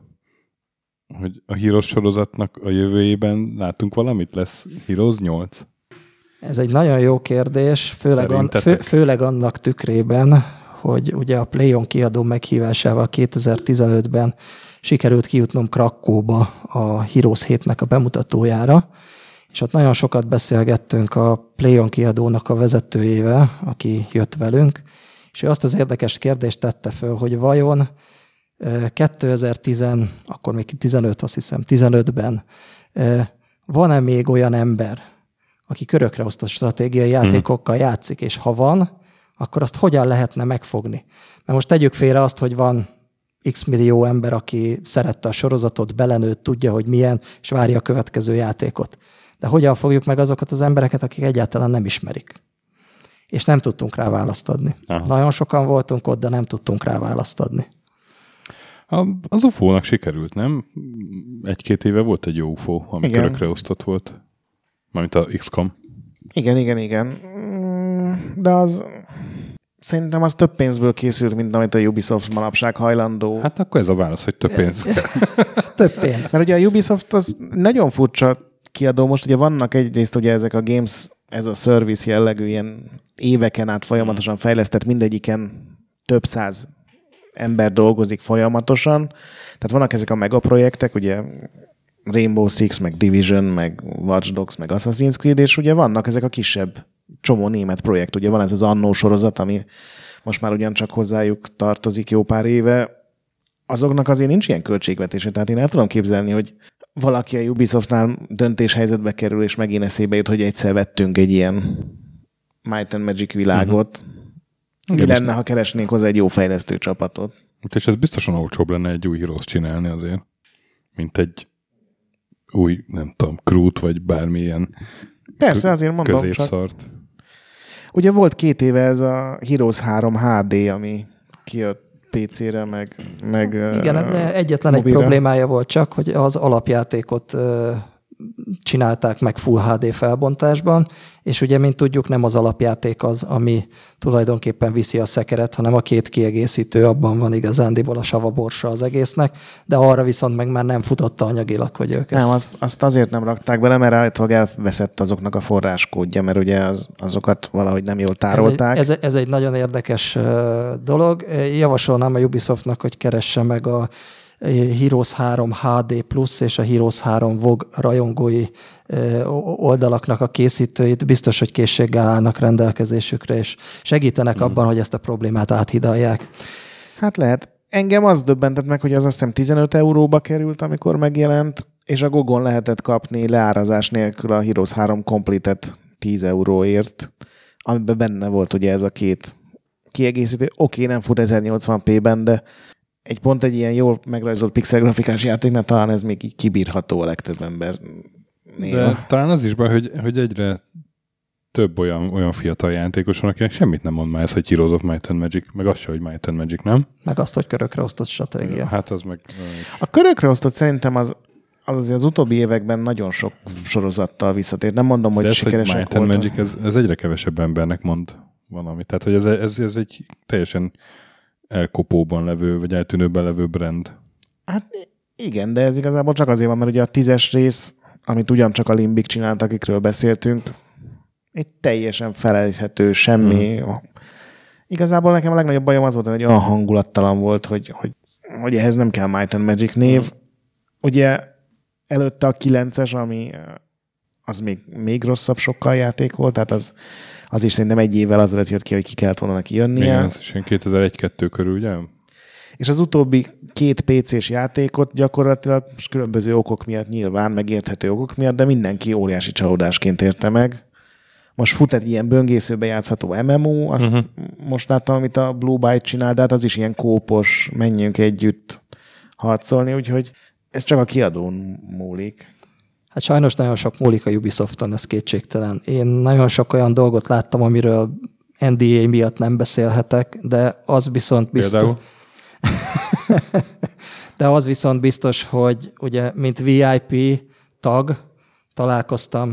hogy a Heroes sorozatnak a jövőjében látunk valamit? Lesz Heroes nyolc? Ez egy nagyon jó kérdés, főleg, an, fő, főleg annak tükrében, hogy ugye a Playon kiadó meghívásával kétezer-tizenötben sikerült kijutnom Krakóba a Heroes hétnek a bemutatójára, és ott nagyon sokat beszélgettünk a Playon kiadónak a vezetőjével, aki jött velünk, és ő azt az érdekes kérdést tette föl, hogy vajon kétezer-tíz, akkor még tizenöt, azt hiszem, tizenötben van-e még olyan ember, aki körökre osztott stratégiai játékokkal játszik, és ha van, akkor azt hogyan lehetne megfogni? Mert most tegyük félre azt, hogy van x millió ember, aki szerette a sorozatot, belenőtt, tudja, hogy milyen, és várja a következő játékot. De hogyan fogjuk meg azokat az embereket, akik egyáltalán nem ismerik? És nem tudtunk rá választ adni. Aha. Nagyon sokan voltunk ott, de nem tudtunk rá választ adni. A, az u ef o-nak sikerült, nem? Egy-két éve volt egy jó u ef o, ami igen. körökre osztott volt. Mármint a iksz kom. Igen, igen, igen. De az... Szerintem az több pénzből készült, mint amit a Ubisoft manapság hajlandó. Hát akkor ez a válasz, hogy több pénz. Több pénz. Mert ugye a Ubisoft az nagyon furcsa kiadó. Most ugye vannak egyrészt ugye ezek a games, ez a service jellegű, ilyen éveken át folyamatosan fejlesztett, mindegyiken több száz ember dolgozik folyamatosan. Tehát vannak ezek a megaprojektek, ugye Rainbow Six, meg Division, meg Watch Dogs, meg Assassin's Creed, és ugye vannak ezek a kisebb csomó német projekt. Ugye van ez az Annó sorozat, ami most már ugyancsak hozzájuk tartozik jó pár éve. Azoknak azért nincs ilyen költségvetése, tehát én el tudom képzelni, hogy valaki a Ubisoftnál döntéshelyzetbe kerül, és megint eszébe jut, hogy egyszer vettünk egy ilyen Might and Magic világot. Uh-huh. Mi lenne, ha keresnénk hozzá egy jó fejlesztő csapatot? És ez biztosan olcsóbb lenne egy új Heroes csinálni azért, mint egy új, nem tudom, Crew-t, vagy bármilyen Persze, azért mondom, középszart. Csak... Ugye volt két éve ez a Heroes három há dé, ami kijött pé cére, meg, meg igen, uh, egyetlen mobira. Egy problémája volt csak, hogy az alapjátékot uh, csinálták meg Full há dé felbontásban, és ugye, mint tudjuk, nem az alapjáték az, ami tulajdonképpen viszi a szekeret, hanem a két kiegészítő, abban van igazándiból a savaborsa az egésznek, de arra viszont meg már nem futott anyagilag, hogy ők ezt... Nem, azt, azt azért nem rakták bele, mert állítólag elveszett azoknak a forráskódja, mert ugye az, azokat valahogy nem jól tárolták. Ez egy, ez, ez egy nagyon érdekes dolog. Javasolnám a Ubisoftnak, hogy keresse meg a Heroes három há dé Plus és a Heroes három Vogue rajongói oldalaknak a készítőit, biztos, hogy készséggel állnak rendelkezésükre, és segítenek hmm. abban, hogy ezt a problémát áthidalják. Hát lehet. Engem az döbbentett meg, hogy az azt hiszem tizenöt euróba került, amikor megjelent, és a Gogon lehetett kapni leárazás nélkül a Heroes három Complete-et tíz euróért, amiben benne volt ugye ez a két kiegészítő. Oké, nem fut ezernyolcvan pé-ben, de egy pont egy ilyen jól megrajzolt pixelgrafikás játéknál talán ez még így kibírható a legtöbb ember néha. De talán az is baj, hogy, hogy egyre több olyan, olyan fiatal játékos van, akinek semmit nem mond már ez, hogy Heroes of Might and Magic, meg az se, hogy Might and Magic, nem? Meg azt, hogy körökre osztott stratégia. Hát az meg... A körökre osztott szerintem az, az azért az utóbbi években nagyon sok sorozattal visszatért. Nem mondom, hogy ez, sikeresek voltak. Might and Magic, ez, ez egyre kevesebb embernek mond valami. Tehát, hogy ez, ez, ez egy teljesen elkopóban levő, vagy eltűnőben levő brand. Hát igen, de ez igazából csak azért van, mert ugye a tízes rész, amit ugyancsak a Limbic csinált, akikről beszéltünk, egy teljesen felejthető, semmi. Hmm. Igazából nekem a legnagyobb bajom az volt, hogy olyan hangulattalan volt, hogy, hogy, hogy ehhez nem kell Might and Magic név. Hmm. Ugye előtte a kilences, ami az még, még rosszabb sokkal játék volt, tehát az, az is szerintem egy évvel azelőtt jött ki, hogy ki kellett volna neki jönnie. Igen, az is ilyen kétezer-egy-kettő körül, ugye? És az utóbbi két pé cés játékot gyakorlatilag különböző okok miatt nyilván, megérthető okok miatt, de mindenki óriási csalódásként érte meg. Most fut egy ilyen böngészőbe játszható em em o, azt uh-huh. most láttam, amit a Blue Byte csinál, de hát az is ilyen kópos, menjünk együtt harcolni, úgyhogy ez csak a kiadón múlik. Hát sajnos nagyon sok múlik a Ubisofton, ez kétségtelen. Én nagyon sok olyan dolgot láttam, amiről en dé á miatt nem beszélhetek, de az viszont biztos... de az viszont biztos, hogy ugye, mint vé i pé tag találkoztam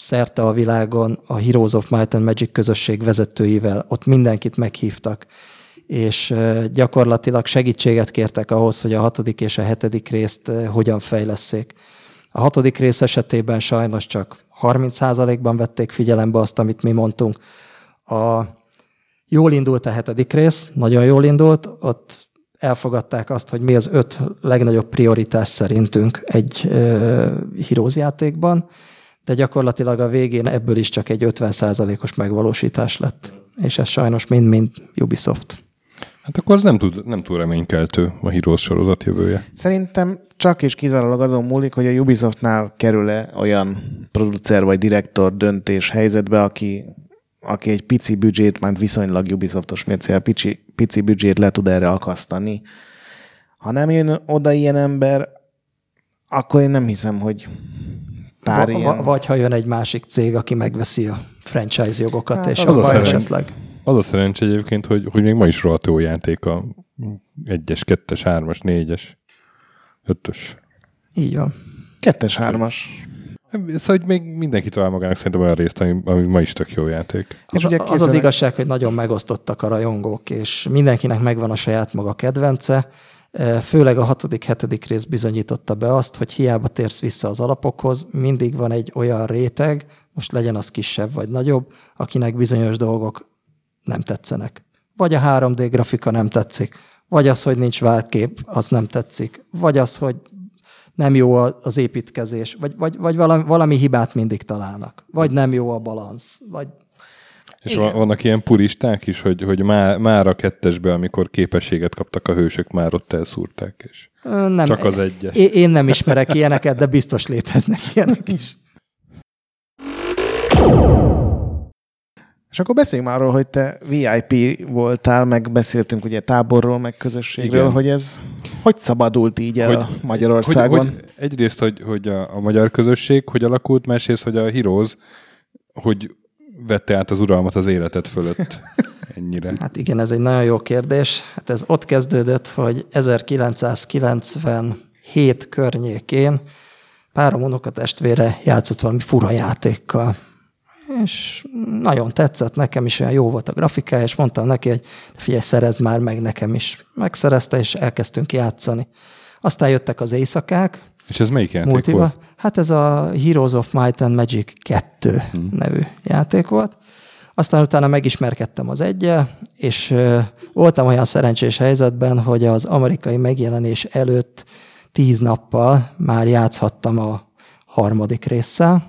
szerte a világon a Heroes of Might and Magic közösség vezetőivel, ott mindenkit meghívtak, és gyakorlatilag segítséget kértek ahhoz, hogy a hatodik és a hetedik részt hogyan fejlesszék. A hatodik rész esetében sajnos csak harminc százalékban vették figyelembe azt, amit mi mondtunk. A jól indult a hetedik rész, nagyon jól indult, ott elfogadták azt, hogy mi az öt legnagyobb prioritás szerintünk egy uh, Heroes játékban, de gyakorlatilag a végén ebből is csak egy ötven százalékos megvalósítás lett. És ez sajnos mind-mind Ubisoft. Hát akkor ez nem, tud, nem túl reménykeltő a Heroes sorozat jövője. Szerintem csak és kizárólag azon múlik, hogy a Ubisoftnál kerül-e olyan producer vagy direktor döntés helyzetbe, aki, aki egy pici büdzsét, már viszonylag Ubisoftos mércével pici, pici büdzsét le tud erre akasztani. Ha nem jön oda ilyen ember, akkor én nem hiszem, hogy pár Va- ilyen... Vagy ha jön egy másik cég, aki megveszi a franchise jogokat, hát, és az akkor a esetleg... Az a szerencs egyébként, hogy, hogy még ma is rohadt jó játék a egyes, kettes, hármas, négyes, ötös. Így van. Kettes, hármas. Szóval, hogy még mindenki talál magának szerintem olyan részt, ami, ami ma is tök jó játék. Az, ugye az készülnek... az igazság, hogy nagyon megosztottak a rajongók, és mindenkinek megvan a saját maga kedvence. Főleg a hatodik, hetedik rész bizonyította be azt, hogy hiába térsz vissza az alapokhoz, mindig van egy olyan réteg, most legyen az kisebb vagy nagyobb, akinek bizonyos dolgok nem tetszenek. Vagy a három dé grafika nem tetszik, vagy az, hogy nincs várkép, az nem tetszik, vagy az, hogy nem jó az építkezés, vagy, vagy, vagy valami, valami hibát mindig találnak, vagy nem jó a balansz, vagy... És igen. Vannak ilyen puristák is, hogy, hogy már, már a kettesbe, amikor képességet kaptak a hősök, már ott elszúrták, és nem, csak az egyes. Én, én nem ismerek ilyeneket, de biztos léteznek ilyenek is. És akkor beszéljünk már arról, hogy te vé i pé voltál, meg beszéltünk ugye táborról, meg közösségről, igen. Hogy ez hogy szabadult így el hogy, Magyarországon? Hogy, hogy egyrészt, hogy, hogy a, a magyar közösség hogy alakult, másrészt, hogy a Heroes, hogy vette át az uralmat az életed fölött ennyire. Hát igen, ez egy nagyon jó kérdés. Hát ez ott kezdődött, hogy ezerkilencszázkilencvenhét környékén párom unokatestvére játszott valami fura játékkal. És nagyon tetszett, nekem is olyan jó volt a grafikája, és mondtam neki, hogy figyelj, szerezd már meg nekem is. Megszerezte, és elkezdtünk játszani. Aztán jöttek az éjszakák. És ez melyik játék multiba. volt? Hát ez a Heroes of Might and Magic kettő hmm. nevű játék volt. Aztán utána megismerkedtem az eggyel, és uh, voltam olyan szerencsés helyzetben, hogy az amerikai megjelenés előtt tíz nappal már játszhattam a harmadik résszel,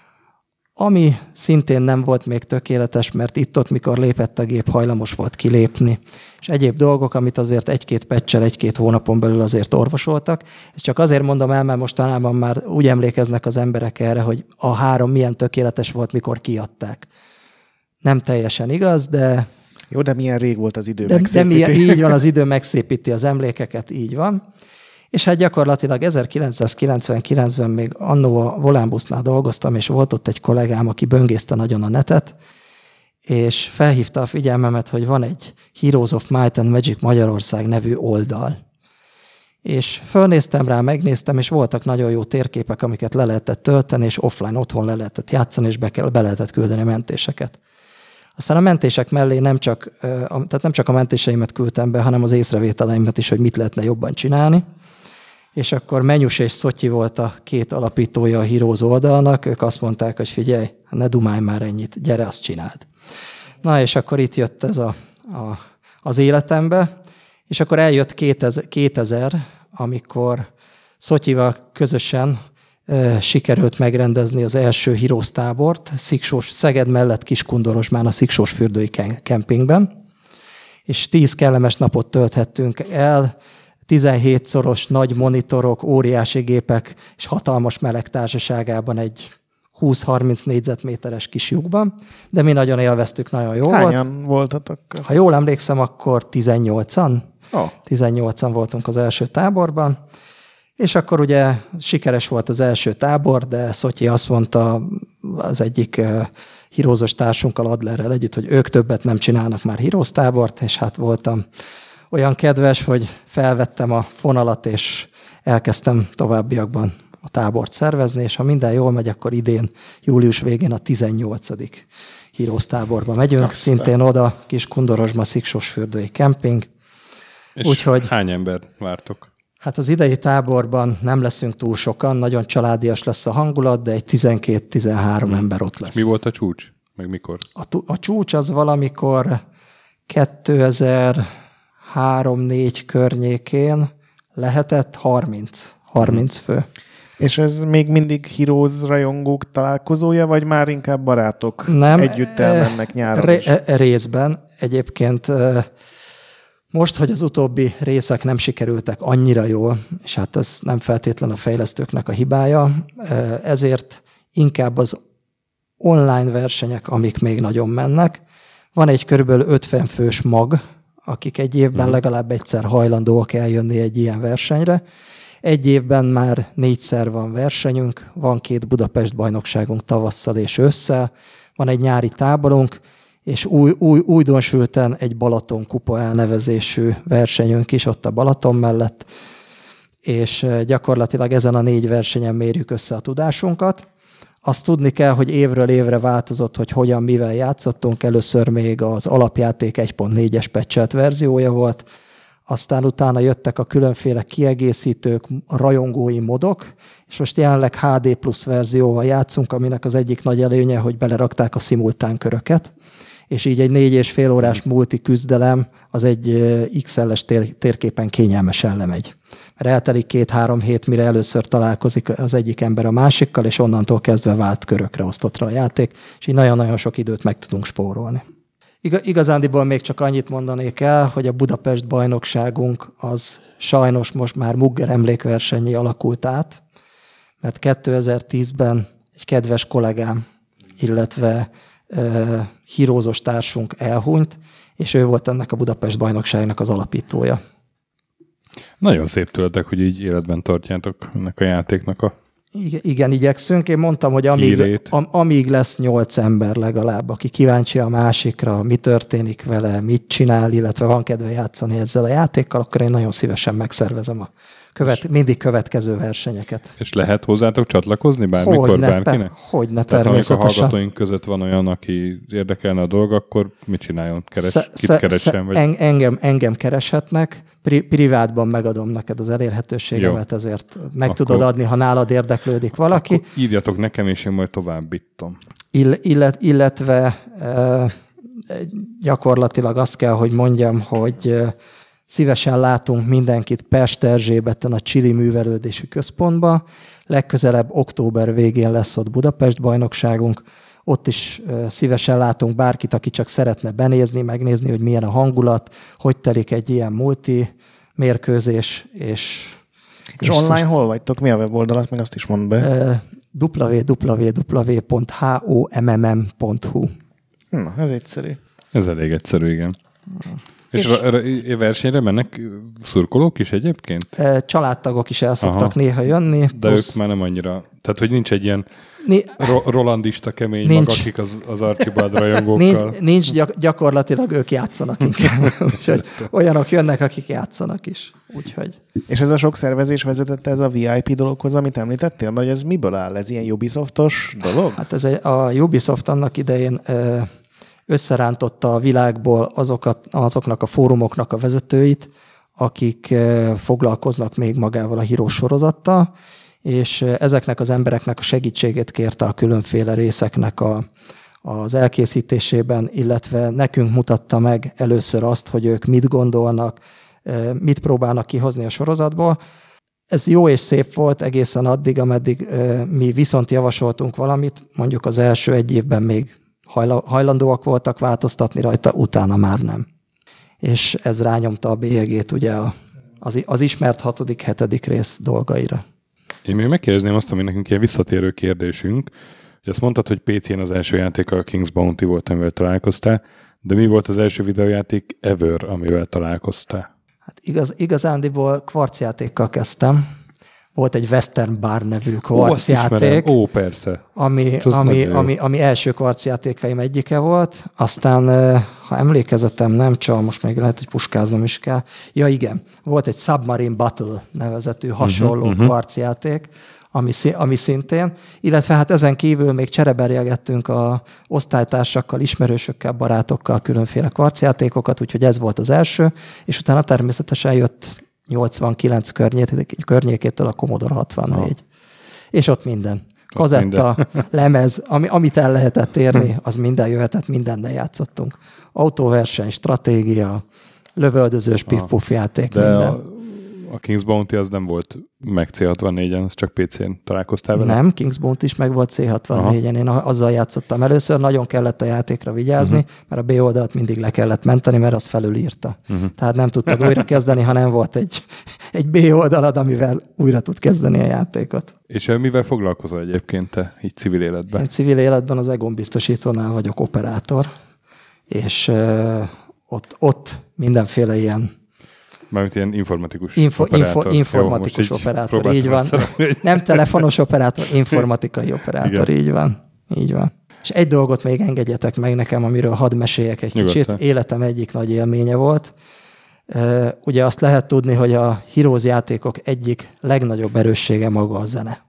ami szintén nem volt még tökéletes, mert itt-ott, mikor lépett a gép, hajlamos volt kilépni, és egyéb dolgok, amit azért egy-két patch-el, egy-két hónapon belül azért orvosoltak. Ezt csak azért mondom el, mert mostanában már úgy emlékeznek az emberek erre, hogy a három milyen tökéletes volt, mikor kiadták. Nem teljesen igaz, de... Jó, de milyen rég volt az idő de, megszépíti. De milyen, így van, az idő megszépíti az emlékeket, így van. És hát gyakorlatilag ezerkilencszázkilencvenkilencben még annó a Volánbusznál dolgoztam, és volt ott egy kollégám, aki böngészte nagyon a netet, és felhívta a figyelmemet, hogy van egy Heroes of Might and Magic Magyarország nevű oldal. És fölnéztem rá, megnéztem, és voltak nagyon jó térképek, amiket le lehetett tölteni, és offline otthon le lehetett játszani, és be, kell, be lehetett küldeni a mentéseket. Aztán a mentések mellé nem csak, tehát nem csak a mentéseimet küldtem be, hanem az észrevételeimet is, hogy mit lehetne jobban csinálni. És akkor Menyus és Szotyi volt a két alapítója a Heroes oldalnak, ők azt mondták, hogy figyelj, ne dumálj már ennyit, gyere, azt csináld. Na, és akkor itt jött ez a, a, az életembe, és akkor eljött kétezer, amikor Szotyival közösen e, sikerült megrendezni az első Heroes tábort, Sziksós, Szeged mellett Kiskundorozsmán a Sziksós fürdői kempingben, és tíz kellemes napot tölthettünk el, tizenhétszoros nagy monitorok, óriási gépek és hatalmas meleg társaságában egy húsz-harminc négyzetméteres kis lyukban, de mi nagyon élveztük, nagyon jó volt. Hányan voltatok? Ha jól emlékszem, akkor tizennyolcan. Oh. tizennyolcan voltunk az első táborban, és akkor ugye sikeres volt az első tábor, de Szotyi azt mondta az egyik hírózos társunkkal, Adlerrel együtt, hogy ők többet nem csinálnak már Heroes tábort, és hát voltam olyan kedves, hogy felvettem a fonalat, és elkezdtem továbbiakban a tábort szervezni, és ha minden jól megy, akkor idén, július végén a tizennyolcadik Heroes táborba megyünk, Aztán. Szintén oda, kis Kundorozsma Sziksosfürdői kemping. És Úgyhogy, hány ember vártok? Hát az idei táborban nem leszünk túl sokan, nagyon családias lesz a hangulat, de egy tizenkét-tizenhárom hmm. ember ott lesz. És mi volt a csúcs? Meg mikor? A, a csúcs az valamikor kétezer-három-négy környékén lehetett harminc, harminc fő. És ez még mindig Heroes rajongók találkozója, vagy már inkább barátok nem, együtt elmennek nyáron ré, is? Részben. Egyébként most, hogy az utóbbi részek nem sikerültek annyira jól, és hát ez nem feltétlen a fejlesztőknek a hibája, ezért inkább az online versenyek, amik még nagyon mennek. Van egy körülbelül ötven fős mag, akik egy évben legalább egyszer hajlandóak eljönni egy ilyen versenyre. Egy évben már négyszer van versenyünk, van két Budapest bajnokságunk tavasszal és ősszel, van egy nyári táborunk, és új, új, újdonsülten egy Balaton kupa elnevezésű versenyünk is ott a Balaton mellett, és gyakorlatilag ezen a négy versenyen mérjük össze a tudásunkat. Azt tudni kell, hogy évről évre változott, hogy hogyan, mivel játszottunk. Először még az alapjáték egy pont négyes patchelt verziója volt, aztán utána jöttek a különféle kiegészítők, rajongói modok, és most jelenleg há dé plusz verzióval játszunk, aminek az egyik nagy előnye, hogy belerakták a szimultán köröket, és így egy négy és fél órás multi küzdelem az egy iksz el-es tér- térképen kényelmesen lemegy. Mert eltelik két-három hét, mire először találkozik az egyik ember a másikkal, és onnantól kezdve vált körökre osztott rá a játék, és így nagyon-nagyon sok időt meg tudunk spórolni. Igazándiból még csak annyit mondanék el, hogy a Budapest bajnokságunk az sajnos most már Mugger emlékversennyé alakult át, mert kétezer-tízben egy kedves kollégám, illetve uh, hírózos társunk elhunyt, és ő volt ennek a Budapest bajnokságnak az alapítója. Nagyon szép tőletek, hogy így életben tartjátok ennek a játéknak a Igen, igen, igyekszünk. Én mondtam, hogy amíg, am, amíg lesz nyolc ember legalább, aki kíváncsi a másikra, mi történik vele, mit csinál, illetve van kedve játszani ezzel a játékkal, akkor én nagyon szívesen megszervezem a követ, mindig következő versenyeket. És lehet hozzátok csatlakozni bármikor hogyne, bárkinek? Hogyne, Tehát természetesen. amikor a hallgatóink között van olyan, aki érdekelne a dolog, akkor mit csináljon? Keres, sze, kit sze, keressen? Vagy? En, engem, engem kereshetnek, Pri, privátban megadom neked az elérhetőségemet, jó. Ezért meg akkor tudod adni, ha nálad érdeklődik valaki. Írjatok nekem, és én majd továbbítom. Ill, illet, illetve e, gyakorlatilag azt kell, hogy mondjam, hogy e, szívesen látunk mindenkit Pest Erzsébeten a Csili Művelődési Központba. Legközelebb október végén lesz ott Budapest bajnokságunk. Ott is e, szívesen látunk bárkit, aki csak szeretne benézni, megnézni, hogy milyen a hangulat, hogy telik egy ilyen multi mérkőzés. És, és, és online szó... hol vagytok? Mi a weboldalat? Meg azt is mondd be. E, double-u double-u double-u pont homm pont hu. Na, ez egyszerű. Ez elég egyszerű, igen. És, és versenyre mennek szurkolók is egyébként? Családtagok is el szoktak Aha. néha jönni. De plusz... ők már nem annyira... Tehát, hogy nincs egy ilyen Ni... ro- rolandista kemény nincs. Mag, akik az, az Archibald rajongókkal... Nincs, nincs gyak- gyakorlatilag ők játszanak inkább. Úgyhogy olyanok jönnek, akik játszanak is. Úgyhogy... És ez a sok szervezés vezetette ez a vé i pé dologhoz, amit említettél? Mert ez miből áll? Ez ilyen Ubisoftos dolog? Hát ez egy, a Ubisoft annak idején... összerántotta a világból azokat, azoknak a fórumoknak a vezetőit, akik foglalkoznak még magával a Heroes sorozattal, és ezeknek az embereknek a segítségét kérte a különféle részeknek a, az elkészítésében, illetve nekünk mutatta meg először azt, hogy ők mit gondolnak, mit próbálnak kihozni a sorozatból. Ez jó és szép volt egészen addig, ameddig mi viszont javasoltunk valamit, mondjuk az első egy évben még hajlandóak voltak változtatni rajta, utána már nem. És ez rányomta a bélyegét ugye az, az ismert hatodik, hetedik rész dolgaira. Én még megkérdezném azt, ami nekünk ilyen visszatérő kérdésünk, hogy azt mondtad, hogy pé cén az első játék a King's Bounty volt, amivel találkoztál, de mi volt az első videójáték ever, amivel találkoztál? Hát igaz, igazándiból kvarcjátékkal kezdtem. Volt egy Western Bar nevű kvarcjáték. Ó, Ó, persze. Ami, ami, ami, ami első kvarcjátékaim egyike volt. Aztán, ha emlékezetem nem csal, most még lehet, hogy puskáznom is kell. Ja igen, volt egy Submarine Battle nevezetű hasonló uh-huh, kvarcjáték, ami, ami szintén, illetve hát ezen kívül még csereberjelgettünk a osztálytársakkal, ismerősökkel, barátokkal különféle kvarcjátékokat, úgyhogy ez volt az első, és utána természetesen jött nyolcvankilenc környékétől a Commodore hatvannégy. Ha. És ott minden. Kazetta, lemez, ami, amit el lehetett érni, az minden jöhetett, mindennel játszottunk. Autóverseny, stratégia, lövöldözős piff-puff játék, de minden. A, a King's Bounty az nem volt meg cé hatvannégyen, az csak pé cén találkoztál vele? Nem, King's Bounty is meg volt cé hatvannégyen. Aha. Én azzal játszottam először, nagyon kellett a játékra vigyázni, uh-huh. mert a B oldalt mindig le kellett menteni, mert az felülírta. Uh-huh. Tehát nem tudtad újra kezdeni, ha nem volt egy, egy B oldalad, amivel újra tud kezdeni a játékot. És mivel foglalkozol egyébként te, így civil életben? Én civil életben az Egon biztosítónál vagyok operátor, és uh, ott, ott mindenféle ilyen Mármint ilyen informatikus Info, operátor. Info, informatikus Jó, operátor, így van. Szerelni. Nem telefonos operátor, informatikai operátor, igen. így van. Így van. És egy dolgot még engedjetek meg nekem, amiről hadd meséljek egy Nyugodtan. kicsit. Életem egyik nagy élménye volt. Uh, ugye azt lehet tudni, hogy a Heroes játékok egyik legnagyobb erőssége maga a zene.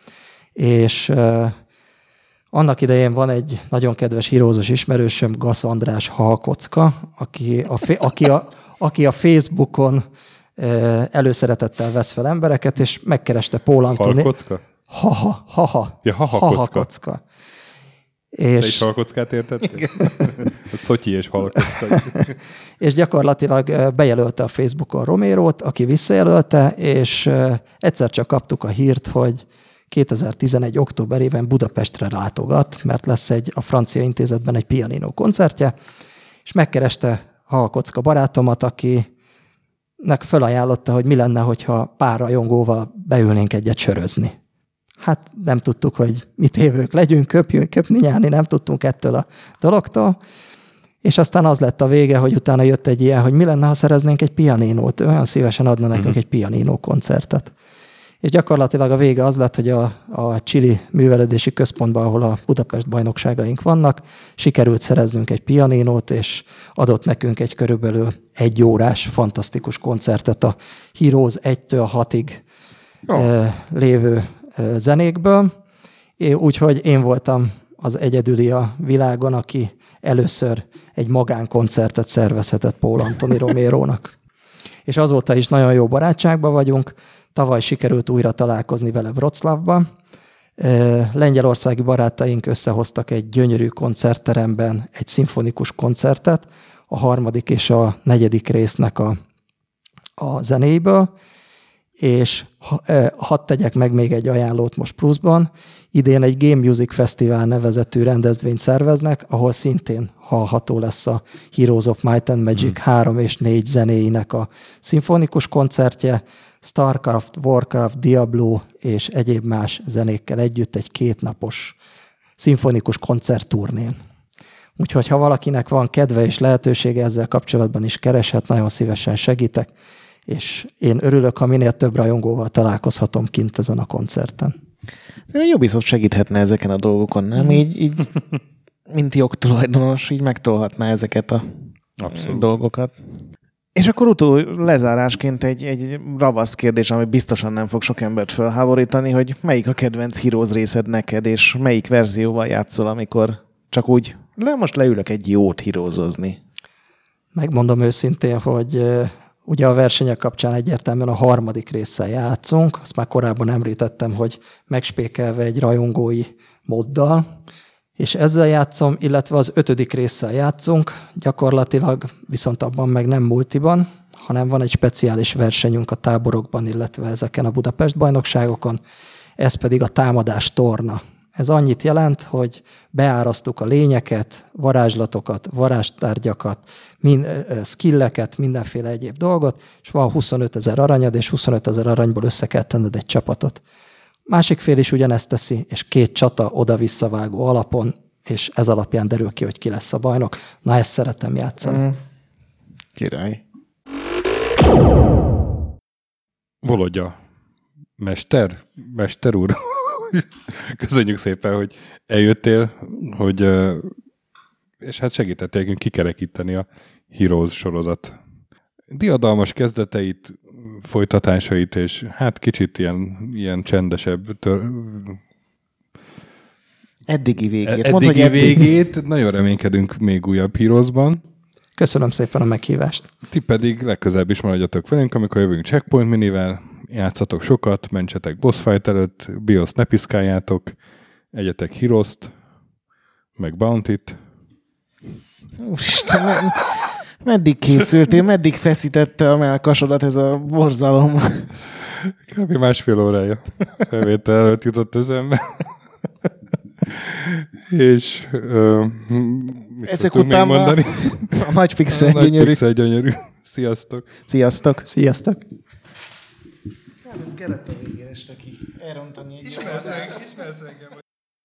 És uh, annak idején van egy nagyon kedves Heroes-os ismerősöm, Gasz András Halkocka, aki a, aki a aki a Facebookon előszeretettel vesz fel embereket, és megkereste Paul Antoni. Halkocka? Haha, haha. Ja, haha, haha kocka. kocka. És... Te is halkockát értettél? Szotyi és halkocka. És gyakorlatilag bejelölte a Facebookon Romérót, aki visszajelölte, és egyszer csak kaptuk a hírt, hogy kétezer-tizenegy októberében Budapestre látogat, mert lesz egy a Francia Intézetben egy pianino koncertje, és megkereste Halkocka barátomat, akinek felajánlotta, hogy mi lenne, hogyha pár rajongóval beülnénk egyet sörözni. Hát nem tudtuk, hogy mit évők legyünk, köpjünk, köpni, nyálni, nem tudtunk ettől a dologtól. És aztán az lett a vége, hogy utána jött egy ilyen, hogy mi lenne, ha szereznénk egy pianinót. Olyan szívesen adna nekünk uh-huh. egy pianino koncertet. És gyakorlatilag a vége az lett, hogy a, a Chili művelődési központban, ahol a Budapest bajnokságaink vannak, sikerült szereznünk egy pianinót, és adott nekünk egy körülbelül egy órás fantasztikus koncertet a Heroes egytől hatig oh. e, lévő e, zenékből. Úgyhogy én voltam az egyedüli a világon, aki először egy magánkoncertet szervezhetett Paul Antoni Romérónak. És azóta is nagyon jó barátságban vagyunk. Tavaly sikerült újra találkozni vele Wroclawban. Lengyelországi barátaink összehoztak egy gyönyörű koncertteremben egy szimfonikus koncertet, a harmadik és a negyedik résznek a, a zenéiből, és hadd tegyek meg még egy ajánlót most pluszban. Idén egy Game Music Festival nevezetű rendezvényt szerveznek, ahol szintén hallható lesz a Heroes of Might and Magic hmm. három és négy zenéinek a szimfonikus koncertje, Starcraft, Warcraft, Diablo és egyéb más zenékkel együtt egy kétnapos szimfonikus koncertturnén. Úgyhogy ha valakinek van kedve és lehetősége, ezzel kapcsolatban is kereshet, nagyon szívesen segítek, és én örülök, ha minél több rajongóval találkozhatom kint ezen a koncerten. A Ubisoft segíthetne ezeken a dolgokon, nem? Így, így mint jogtulajdonos, így megtolhatná ezeket a Abszolút. dolgokat. És akkor utól lezárásként egy, egy ravasz kérdés, ami biztosan nem fog sok embert felháborítani, hogy melyik a kedvenc Heroes részed neked, és melyik verzióval játszol, amikor csak úgy, le most leülök egy jót heroesozni. Megmondom őszintén, hogy uh, ugye a versenyek kapcsán egyértelműen a harmadik résszel játszunk, azt már korábban említettem, hogy megspékelve egy rajongói moddal, és ezzel játszom, illetve az ötödik résszel játszunk, gyakorlatilag viszont abban meg nem multiban, hanem van egy speciális versenyünk a táborokban, illetve ezeken a Budapest bajnokságokon, ez pedig a támadás torna. Ez annyit jelent, hogy beárasztuk a lényeket, varázslatokat, varázstárgyakat, min, skilleket, mindenféle egyéb dolgot, és van huszonöt ezer aranyad, és huszonöt ezer aranyból össze kell tenned egy csapatot. Másik fél is ugyanezt teszi, és két csata oda-visszavágó alapon, és ez alapján derül ki, hogy ki lesz a bajnok. Na, ezt szeretem játszani. Mm. Király. Volodya, mester, mester úr, köszönjük szépen, hogy eljöttél, hogy, és hát segítettél nekünk kikerekíteni a Heroes sorozat diadalmas kezdeteit, folytatásait, és hát kicsit ilyen, ilyen csendesebb tör... Eddigi végét. Eddigi Mondd, hogy eddig. végét. Nagyon reménykedünk még újabb Heroesban. Köszönöm szépen a meghívást. Ti pedig legközelebb is maradjatok velünk, amikor jövünk Checkpoint minivel, játszatok sokat, mentsetek boss fight előtt, BIOS ne piszkáljátok, egyetek Heroes-t, meg Bounty-t. Úristen, med- meddig készültél, meddig feszítette a melkasodat ez a borzalom? Kb. másfél órája felvétel előtt jutott eszembe. És uh, ezek után a, a nagy pixel a gyönyörű. Nagy pixel gyönyörű. Sziasztok! Sziasztok! Sziasztok! Hát ez kellett a végére este ki. Elrontani egy Ismersz engem, ismersz engem.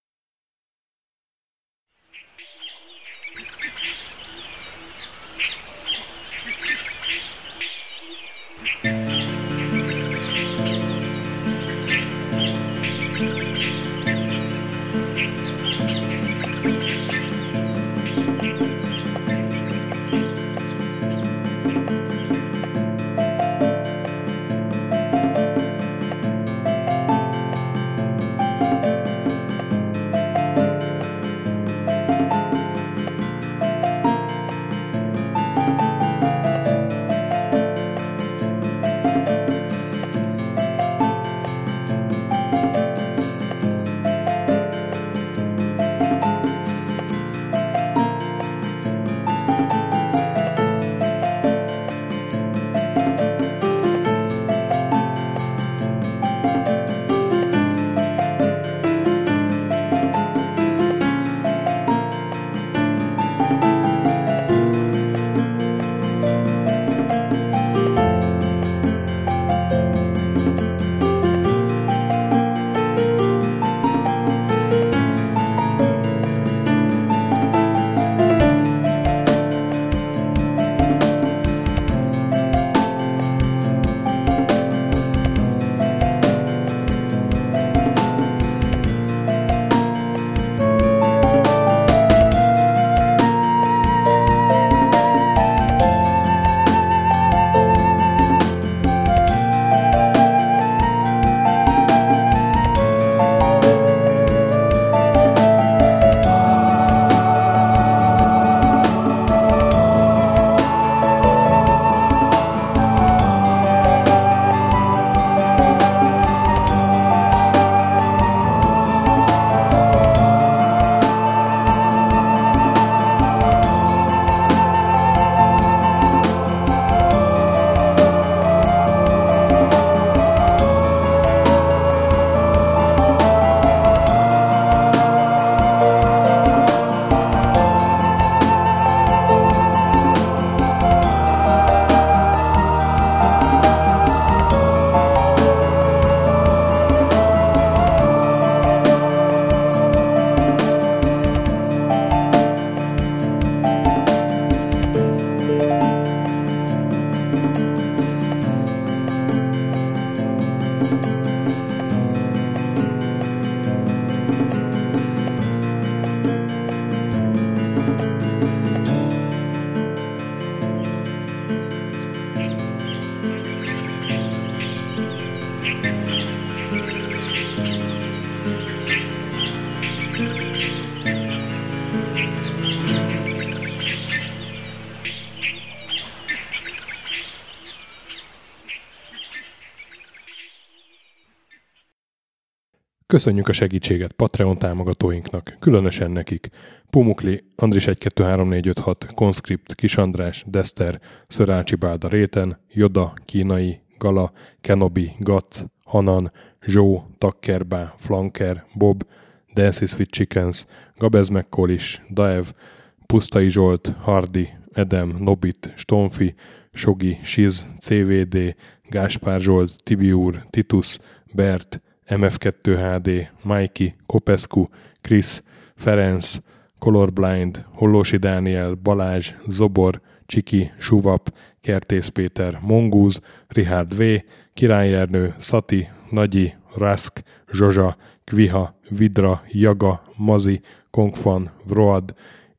Köszönjük a segítséget Patreon támogatóinknak, különösen nekik. Pumukli, Andris egy kettő három négy öt hat, Conscript, Kis András, Dester, Szörácsi Bálda Réten, Joda, Kínai, Gala, Kenobi, Gac, Hanan, Zsó, Takkerbá, Flanker, Bob, Dances with Chickens, Gabez Mekkolis, Daev, Pusztai Zsolt, Hardi, Edem, Nobit, Stonfi, Sogi, Siz, cé vé dé, Gáspár Zsolt, Tibiúr, Titus, Bert, em ef kettő há dé, Mikey, Kopescu, Krisz, Ferenc, Colorblind, Hollósi Dániel, Balázs, Zobor, Csiki, Suvap, Kertész Péter, Mongúz, Richard V, Király Ernő, Szati, Nagyi, Rask, Zsozsa, Kviha, Vidra, Jaga, Mazi, Kongfan, Vroad,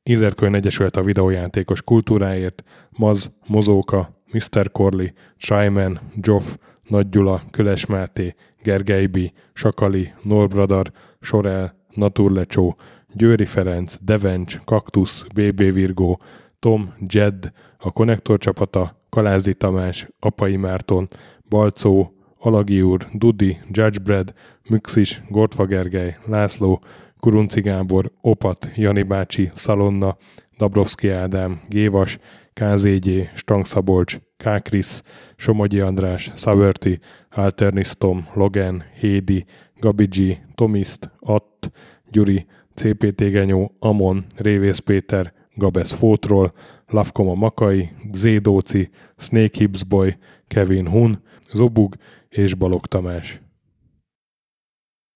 Ízertkönyv Egyesület a videójátékos kultúráért, Maz, Mozóka, miszter Corley, Tryman, Joff, Nagy Gyula, Köles Máté, Gergely B., Sakali, Norbradar, Sorel, Naturlecsó, Győri Ferenc, Devencs, Kaktusz, bé bé Virgó, Tom, Jed, a Konnektor csapata, Kalázi Tamás, Apai Márton, Balcó, Alagi úr, Dudi, Judgebred, Müxis, Gortva Gergely, László, Kurunci Gábor, Opat, Jani bácsi, Szalonna, Dabrowski Ádám, Gévas, ká zé gyé, Stang Szabolcs, K. Krisz, Somogyi András, Szaverti, Alternisztom, Logan, Hédi, Gabi G, Tomiszt, Att, Gyuri, cé pé té Genyó, Amon, Révész Péter, Gabesz Fótról, Lavkoma Makai, Zédóci, Snake Hips Boy, Kevin Hun, Zobug és Balog Tamás.